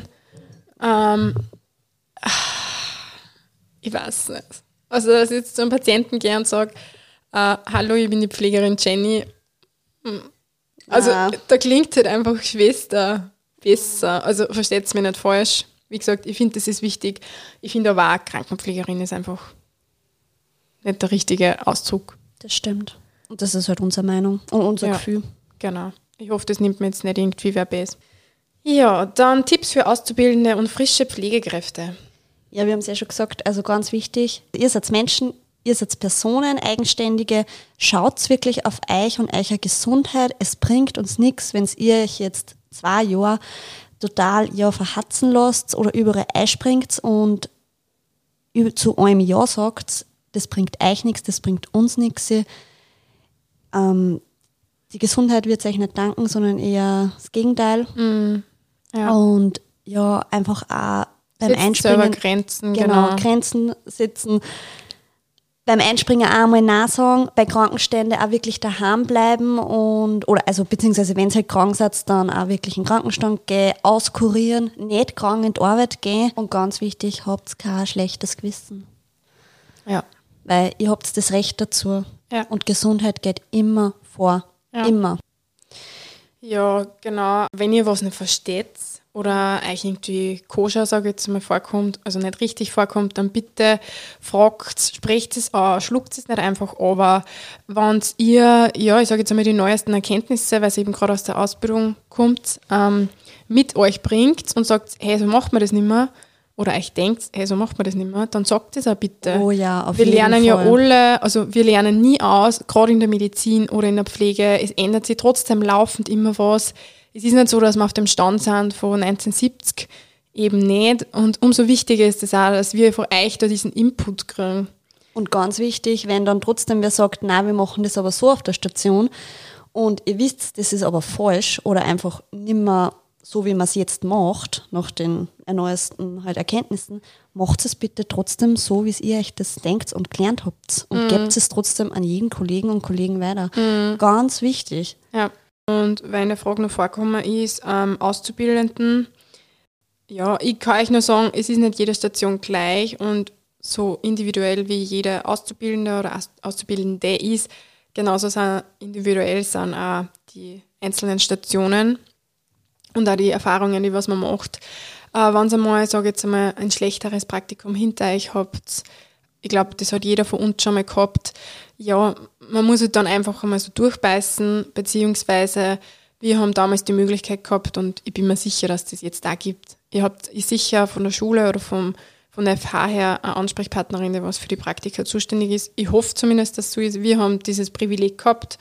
S1: Ich weiß nicht. Also, dass ich jetzt zu einem Patienten gehe und sage, hallo, ich bin die Pflegerin Jenny. Also, da klingt halt einfach Schwester besser. Also, versteht es mir nicht falsch. Wie gesagt, ich finde, das ist wichtig. Ich finde aber auch, Krankenpflegerin ist einfach nicht der richtige Ausdruck.
S2: Das stimmt. Und das ist halt unsere Meinung und unser Gefühl.
S1: Genau. Ich hoffe, das nimmt mir jetzt nicht irgendwie verbes. Ja, dann Tipps für Auszubildende und frische Pflegekräfte.
S2: Ja, wir haben es ja schon gesagt, also ganz wichtig, ihr seid Menschen, ihr seid Personen, Eigenständige, schaut wirklich auf euch und eure Gesundheit. Es bringt uns nichts, wenn ihr euch jetzt 2 Jahre total verhatzen lasst oder überall einspringt und zu einem Ja sagt, das bringt euch nichts, das bringt uns nichts. Die Gesundheit wird euch nicht danken, sondern eher das Gegenteil. Und ja, einfach auch beim Einspringen.
S1: Grenzen,
S2: genau. Grenzen setzen. Beim Einspringen auch einmal Nein sagen, bei Krankenständen auch wirklich daheim bleiben beziehungsweise wenn es halt krank seid, dann auch wirklich in den Krankenstand gehen, auskurieren, nicht krank in die Arbeit gehen und ganz wichtig, habt kein schlechtes Gewissen.
S1: Ja.
S2: Weil ihr habt das Recht dazu.
S1: Ja.
S2: Und Gesundheit geht immer vor. Ja. Immer.
S1: Ja, genau. Wenn ihr was nicht versteht oder euch irgendwie koscher, sage ich jetzt mal, vorkommt, also nicht richtig vorkommt, dann bitte fragt, sprecht es an, schluckt es nicht einfach, aber wenn ihr, ich sage jetzt einmal die neuesten Erkenntnisse, weil es eben gerade aus der Ausbildung kommt, mit euch bringt und sagt, hey, so macht man das nicht mehr, oder euch denkt, hey, so macht man das nicht mehr, dann sagt es auch bitte.
S2: Oh ja, auf
S1: jeden Fall. Wir lernen ja
S2: alle,
S1: also wir lernen nie aus, gerade in der Medizin oder in der Pflege, es ändert sich trotzdem laufend immer was. Es ist nicht so, dass wir auf dem Stand sind von 1970, eben nicht. Und umso wichtiger ist es auch, dass wir von euch da diesen Input kriegen.
S2: Und ganz wichtig, wenn dann trotzdem wer sagt, nein, wir machen das aber so auf der Station und ihr wisst, das ist aber falsch oder einfach nicht mehr so, wie man es jetzt macht, nach den erneuesten halt Erkenntnissen, macht es bitte trotzdem so, wie ihr euch das denkt und gelernt habt. Und gebt es trotzdem an jeden Kollegen und Kollegen weiter. Ganz wichtig.
S1: Ja, und wenn eine Frage noch vorkommen ist, Auszubildenden, ja, ich kann euch nur sagen, es ist nicht jede Station gleich und so individuell wie jeder Auszubildende oder Auszubildende ist, genauso individuell sind auch die einzelnen Stationen. Und auch die Erfahrungen, die was man macht. Wenn ihr mal, sage jetzt einmal, ein schlechteres Praktikum hinter euch habt, ich glaube, das hat jeder von uns schon mal gehabt. Ja, man muss halt dann einfach einmal so durchbeißen, beziehungsweise wir haben damals die Möglichkeit gehabt und ich bin mir sicher, dass das jetzt auch gibt. Ihr habt sicher von der Schule oder von der FH her eine Ansprechpartnerin, die was für die Praktika zuständig ist. Ich hoffe zumindest, dass es so ist. Wir haben dieses Privileg gehabt.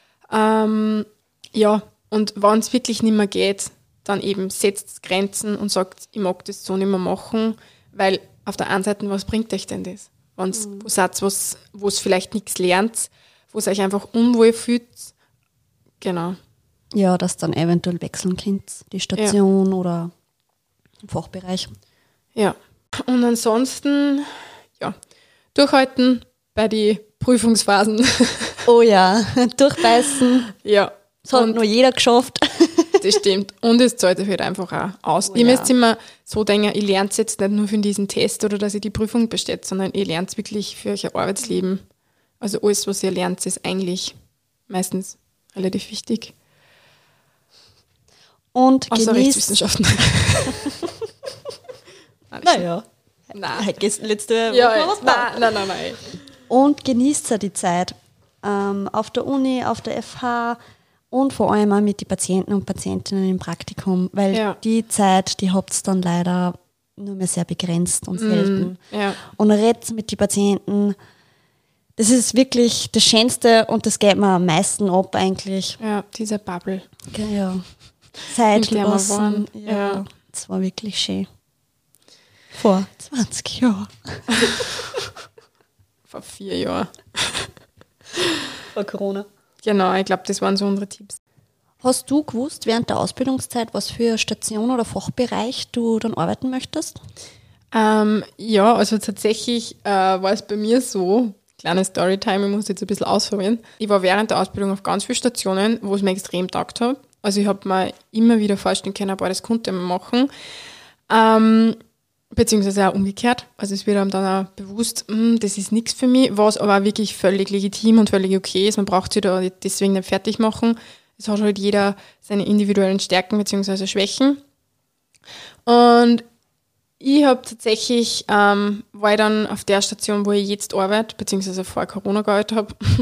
S1: Ja, und wenn es wirklich nicht mehr geht, dann eben setzt Grenzen und sagt, ich mag das so nicht mehr machen, weil auf der einen Seite, was bringt euch denn das? Wenn es wo es vielleicht nichts lernt, wo es euch einfach unwohl fühlt, genau.
S2: Ja, dass dann eventuell wechseln könnt, die Station oder im Fachbereich.
S1: Ja, und ansonsten, ja, durchhalten bei den Prüfungsphasen.
S2: Oh ja, durchbeißen.
S1: Ja.
S2: Das hat nur jeder geschafft.
S1: Das stimmt. Und es zahlt sich halt einfach auch aus.
S2: Oh,
S1: ihr müsst immer so denken, ich lerne es jetzt nicht nur für diesen Test oder dass ihr die Prüfung besteht, sondern ihr lernt es wirklich für euer Arbeitsleben. Also alles, was ihr lernt, ist eigentlich meistens relativ wichtig.
S2: Und
S1: außer
S2: genießt.
S1: Rechtswissenschaften.
S2: Naja.
S1: Nein.
S2: Letzte Woche
S1: Ja,
S2: was
S1: nein.
S2: Und genießt ja die Zeit auf der Uni, auf der FH und vor allem auch mit den Patienten und Patientinnen im Praktikum, weil die Zeit, die habt ihr dann leider nur mehr sehr begrenzt und selten.
S1: Ja.
S2: Und redet mit den Patienten. Das ist wirklich das Schönste und das geht mir am meisten ab eigentlich.
S1: Ja, diese Bubble.
S2: Ja. Zeit
S1: In der wir
S2: lassen.
S1: waren.
S2: Ja, das war wirklich schön. Vor 20 Jahren.
S1: Vor 4 Jahren.
S2: Vor Corona.
S1: Genau, ich glaube, das waren so unsere Tipps.
S2: Hast du gewusst während der Ausbildungszeit, was für Station oder Fachbereich du dann arbeiten möchtest?
S1: Ja, also tatsächlich war es bei mir so, kleine Storytime, ich muss jetzt ein bisschen ausholen. Ich war während der Ausbildung auf ganz vielen Stationen, wo es mir extrem taugt hat. Also ich habe mir immer wieder vorstellen können, das konnte man machen. Beziehungsweise auch umgekehrt. Also es wird einem dann auch bewusst, das ist nichts für mich, was aber auch wirklich völlig legitim und völlig okay ist. Man braucht sich da deswegen nicht fertig machen. Es hat halt jeder seine individuellen Stärken beziehungsweise Schwächen. Und ich habe tatsächlich, war ich dann auf der Station, wo ich jetzt arbeite, beziehungsweise vor Corona gearbeitet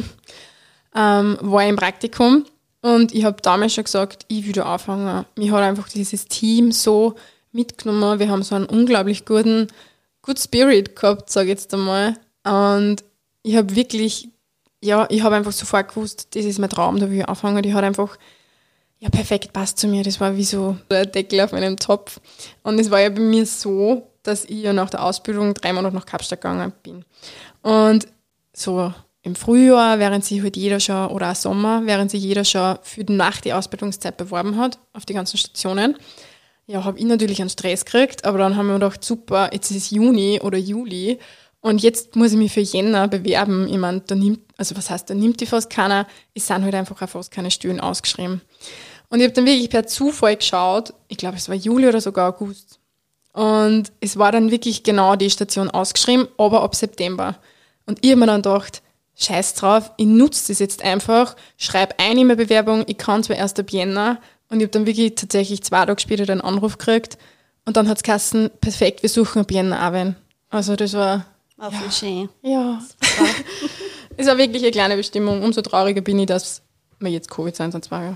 S1: habe, war ich im Praktikum. Und ich habe damals schon gesagt, ich will da anfangen. Mich hat einfach dieses Team so mitgenommen. Wir haben so einen unglaublich guten Good Spirit gehabt, sage ich jetzt einmal. Und ich habe wirklich, ja, ich habe einfach sofort gewusst, das ist mein Traum, da will ich anfangen. Die hat einfach, ja, perfekt passt zu mir. Das war wie so ein Deckel auf einem Topf. Und es war ja bei mir so, dass ich ja nach der Ausbildung 3 Monate nach Kapstadt gegangen bin. Und so im Frühjahr, während sich halt jeder schon, oder auch Sommer, während sich jeder schon für nach die Ausbildungszeit beworben hat, auf die ganzen Stationen, ja, habe ich natürlich einen Stress gekriegt, aber dann haben wir gedacht, super, jetzt ist es Juni oder Juli und jetzt muss ich mich für Jänner bewerben. Ich meine, da nimmt die fast keiner, es sind halt einfach auch fast keine Stellen ausgeschrieben. Und ich habe dann wirklich per Zufall geschaut, ich glaube, es war Juli oder sogar August. Und es war dann wirklich genau die Station ausgeschrieben, aber ab September. Und ich habe mir dann gedacht, scheiß drauf, ich nutze das jetzt einfach, schreibe eine E-Mail-Bewerbung, ich kann zwar erst ab Jänner. Und ich habe dann wirklich tatsächlich 2 Tage später den Anruf gekriegt. Und dann hat es geheißen, perfekt, wir suchen ab Jänner auch wen. Also das war...
S2: Auch voll schön.
S1: Ja. Es war wirklich eine kleine Bestimmung. Umso trauriger bin ich, dass wir jetzt Covid sind, sonst war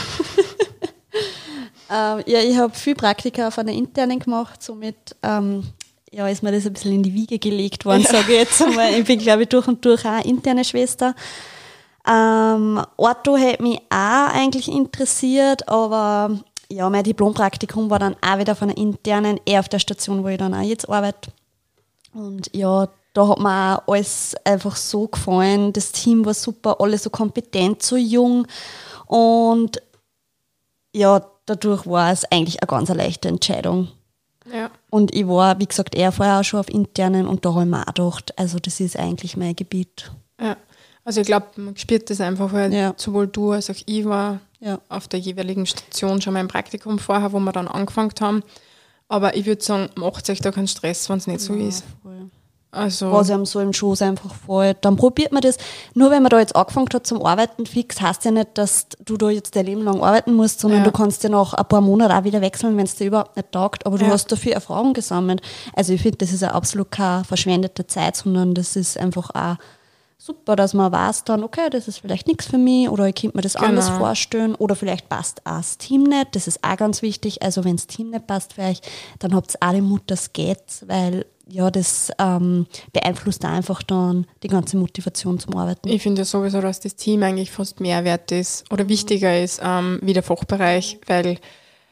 S2: ja, ich habe viel Praktika auf einer internen gemacht, somit ist mir das ein bisschen in die Wiege gelegt worden, sage ich jetzt einmal. Ich bin, glaube ich, durch und durch auch eine interne Schwester. Ortho hätte mich auch eigentlich interessiert, aber ja, mein Diplompraktikum war dann auch wieder von einer internen, eher auf der Station, wo ich dann auch jetzt arbeite. Und ja, da hat mir auch alles einfach so gefallen. Das Team war super, alle so kompetent, so jung. Und ja, dadurch war es eigentlich eine ganz leichte Entscheidung.
S1: Ja.
S2: Und ich war, wie gesagt, eher vorher auch schon auf internen und da habe ich mir auch gedacht, also das ist eigentlich mein Gebiet.
S1: Ja. Also ich glaube, man spürt das einfach, weil sowohl du als auch ich war auf der jeweiligen Station schon mal im Praktikum vorher, wo wir dann angefangen haben. Aber ich würde sagen, macht euch da keinen Stress, wenn es nicht so ist.
S2: Voll.
S1: Also,
S2: was einem so im Schoß einfach fällt. Dann probiert man das. Nur wenn man da jetzt angefangen hat zum Arbeiten fix, heißt ja nicht, dass du da jetzt dein Leben lang arbeiten musst, sondern du kannst ja nach ein paar Monaten auch wieder wechseln, wenn es dir überhaupt nicht taugt. Aber du hast dafür Erfahrung gesammelt. Also ich finde, das ist ja absolut keine verschwendete Zeit, sondern das ist einfach auch super, dass man weiß dann, okay, das ist vielleicht nichts für mich oder ich könnte mir das anders vorstellen oder vielleicht passt auch das Team nicht. Das ist auch ganz wichtig. Also wenn das Team nicht passt für euch, dann habt ihr auch den Mut, das geht, weil ja, das beeinflusst auch einfach dann die ganze Motivation zum Arbeiten.
S1: ich finde ja sowieso, dass das Team eigentlich fast mehr wert ist oder wichtiger ist wie der Fachbereich, weil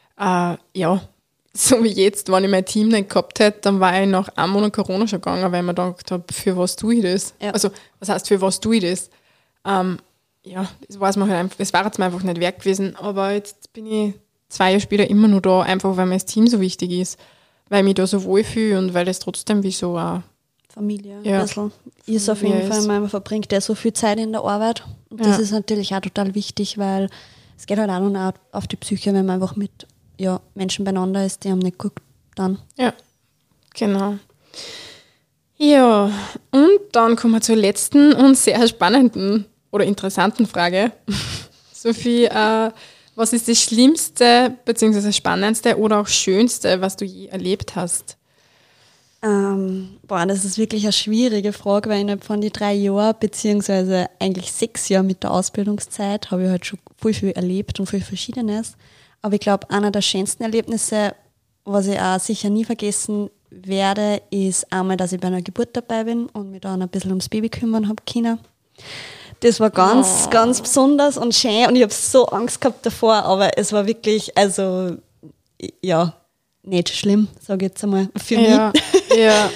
S1: so wie jetzt, wenn ich mein Team nicht gehabt hätte, dann war ich nach einem Monat Corona schon gegangen, weil ich mir gedacht habe, für was tue ich das?
S2: Ja.
S1: Also, was heißt, für was tue ich das? Das weiß man halt einfach, es war jetzt mir einfach nicht wert gewesen, aber jetzt bin ich 2 Jahre später immer noch da, einfach weil mir das Team so wichtig ist, weil ich mich da so wohlfühle und weil es trotzdem wie so auch
S2: Familie
S1: Ja.
S2: ein bisschen ist auf jeden Fall, man verbringt ja so viel Zeit in der Arbeit und das ist natürlich auch total wichtig, weil es geht halt auch noch auf die Psyche, wenn man einfach mit Menschen beieinander ist, die haben nicht gut dann.
S1: Ja, genau. Ja, und dann kommen wir zur letzten und sehr spannenden oder interessanten Frage. Sophie, was ist das Schlimmste bzw. Spannendste oder auch Schönste, was du je erlebt hast?
S2: Das ist wirklich eine schwierige Frage, weil innerhalb von die 3 Jahren, beziehungsweise eigentlich 6 Jahre mit der Ausbildungszeit, habe ich halt schon viel erlebt und viel Verschiedenes. Aber ich glaube, einer der schönsten Erlebnisse, was ich auch sicher nie vergessen werde, ist einmal, dass ich bei einer Geburt dabei bin und mich dann ein bisschen ums Baby kümmern habe können. Das war ganz, ganz besonders und schön und ich habe so Angst gehabt davor, aber es war wirklich, also ja, nicht schlimm, sage ich jetzt einmal, für mich.
S1: Ja.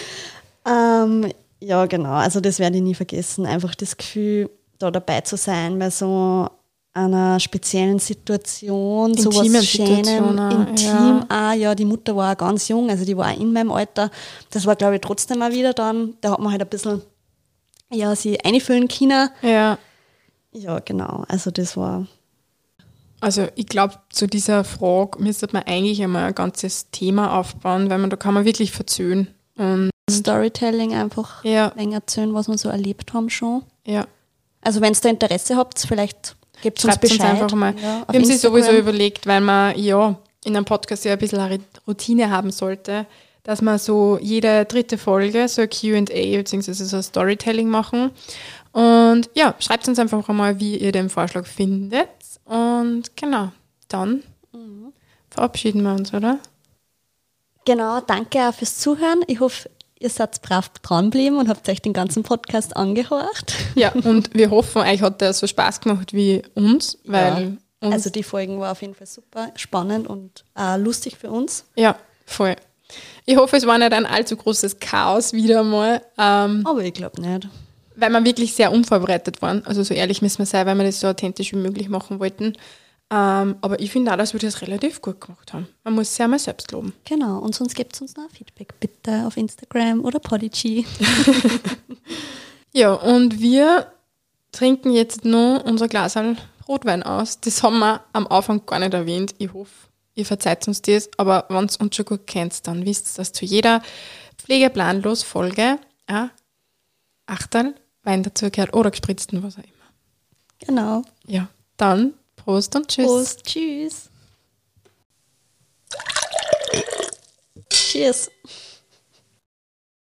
S2: Ja, genau, also das werde ich nie vergessen, einfach das Gefühl, da dabei zu sein bei so einer speziellen Situation, sowas
S1: Intimen
S2: Schönem,
S1: Situationen,
S2: intim auch, ja, die Mutter war auch ganz jung, also die war auch in meinem Alter, das war glaube ich trotzdem auch wieder dann, da hat man halt ein bisschen, sie einfühlen können.
S1: Ja.
S2: Ja, genau, also das war...
S1: Also ich glaube, zu dieser Frage müsste man eigentlich einmal ein ganzes Thema aufbauen, weil da kann man wirklich verzöhnen. Und
S2: Storytelling einfach länger erzählen, was wir so erlebt haben schon.
S1: Ja.
S2: Also wenn ihr da Interesse habt, vielleicht gebt uns
S1: Schreibt
S2: Bescheid.
S1: uns einfach mal.
S2: Ja,
S1: wir haben sich sowieso überlegt, weil man in einem Podcast ja ein bisschen eine Routine haben sollte, dass man so jede 3. Folge so ein Q&A bzw. so ein Storytelling machen. Und ja, schreibt uns einfach einmal, wie ihr den Vorschlag findet. Und genau, dann verabschieden wir uns, oder?
S2: Genau, danke auch fürs Zuhören. Ich hoffe, ihr seid brav dranbleiben und habt euch den ganzen Podcast angehört.
S1: Ja, und wir hoffen, euch hat der so Spaß gemacht wie uns, weil
S2: also die Folgen waren auf jeden Fall super spannend und lustig für uns.
S1: Ja, voll. Ich hoffe, es war nicht ein allzu großes Chaos wieder mal.
S2: Aber ich glaube nicht.
S1: Weil wir wirklich sehr unvorbereitet waren. Also so ehrlich müssen wir sein, weil wir das so authentisch wie möglich machen wollten. Aber ich finde auch, dass wir das relativ gut gemacht haben. Man muss sich einmal selbst loben.
S2: Genau, und sonst gebt uns noch Feedback bitte auf Instagram oder Podigy.
S1: Ja, und wir trinken jetzt noch unser Glas Rotwein aus. Das haben wir am Anfang gar nicht erwähnt. Ich hoffe, ihr verzeiht uns das. Aber wenn ihr uns schon gut kennt, dann wisst ihr, dass zu jeder Pflegeplanlos-Folge ein Achterl Wein dazu gehört oder gespritzten, was auch immer.
S2: Genau.
S1: Ja, dann Prost und Tschüss.
S2: Prost, tschüss. Cheers.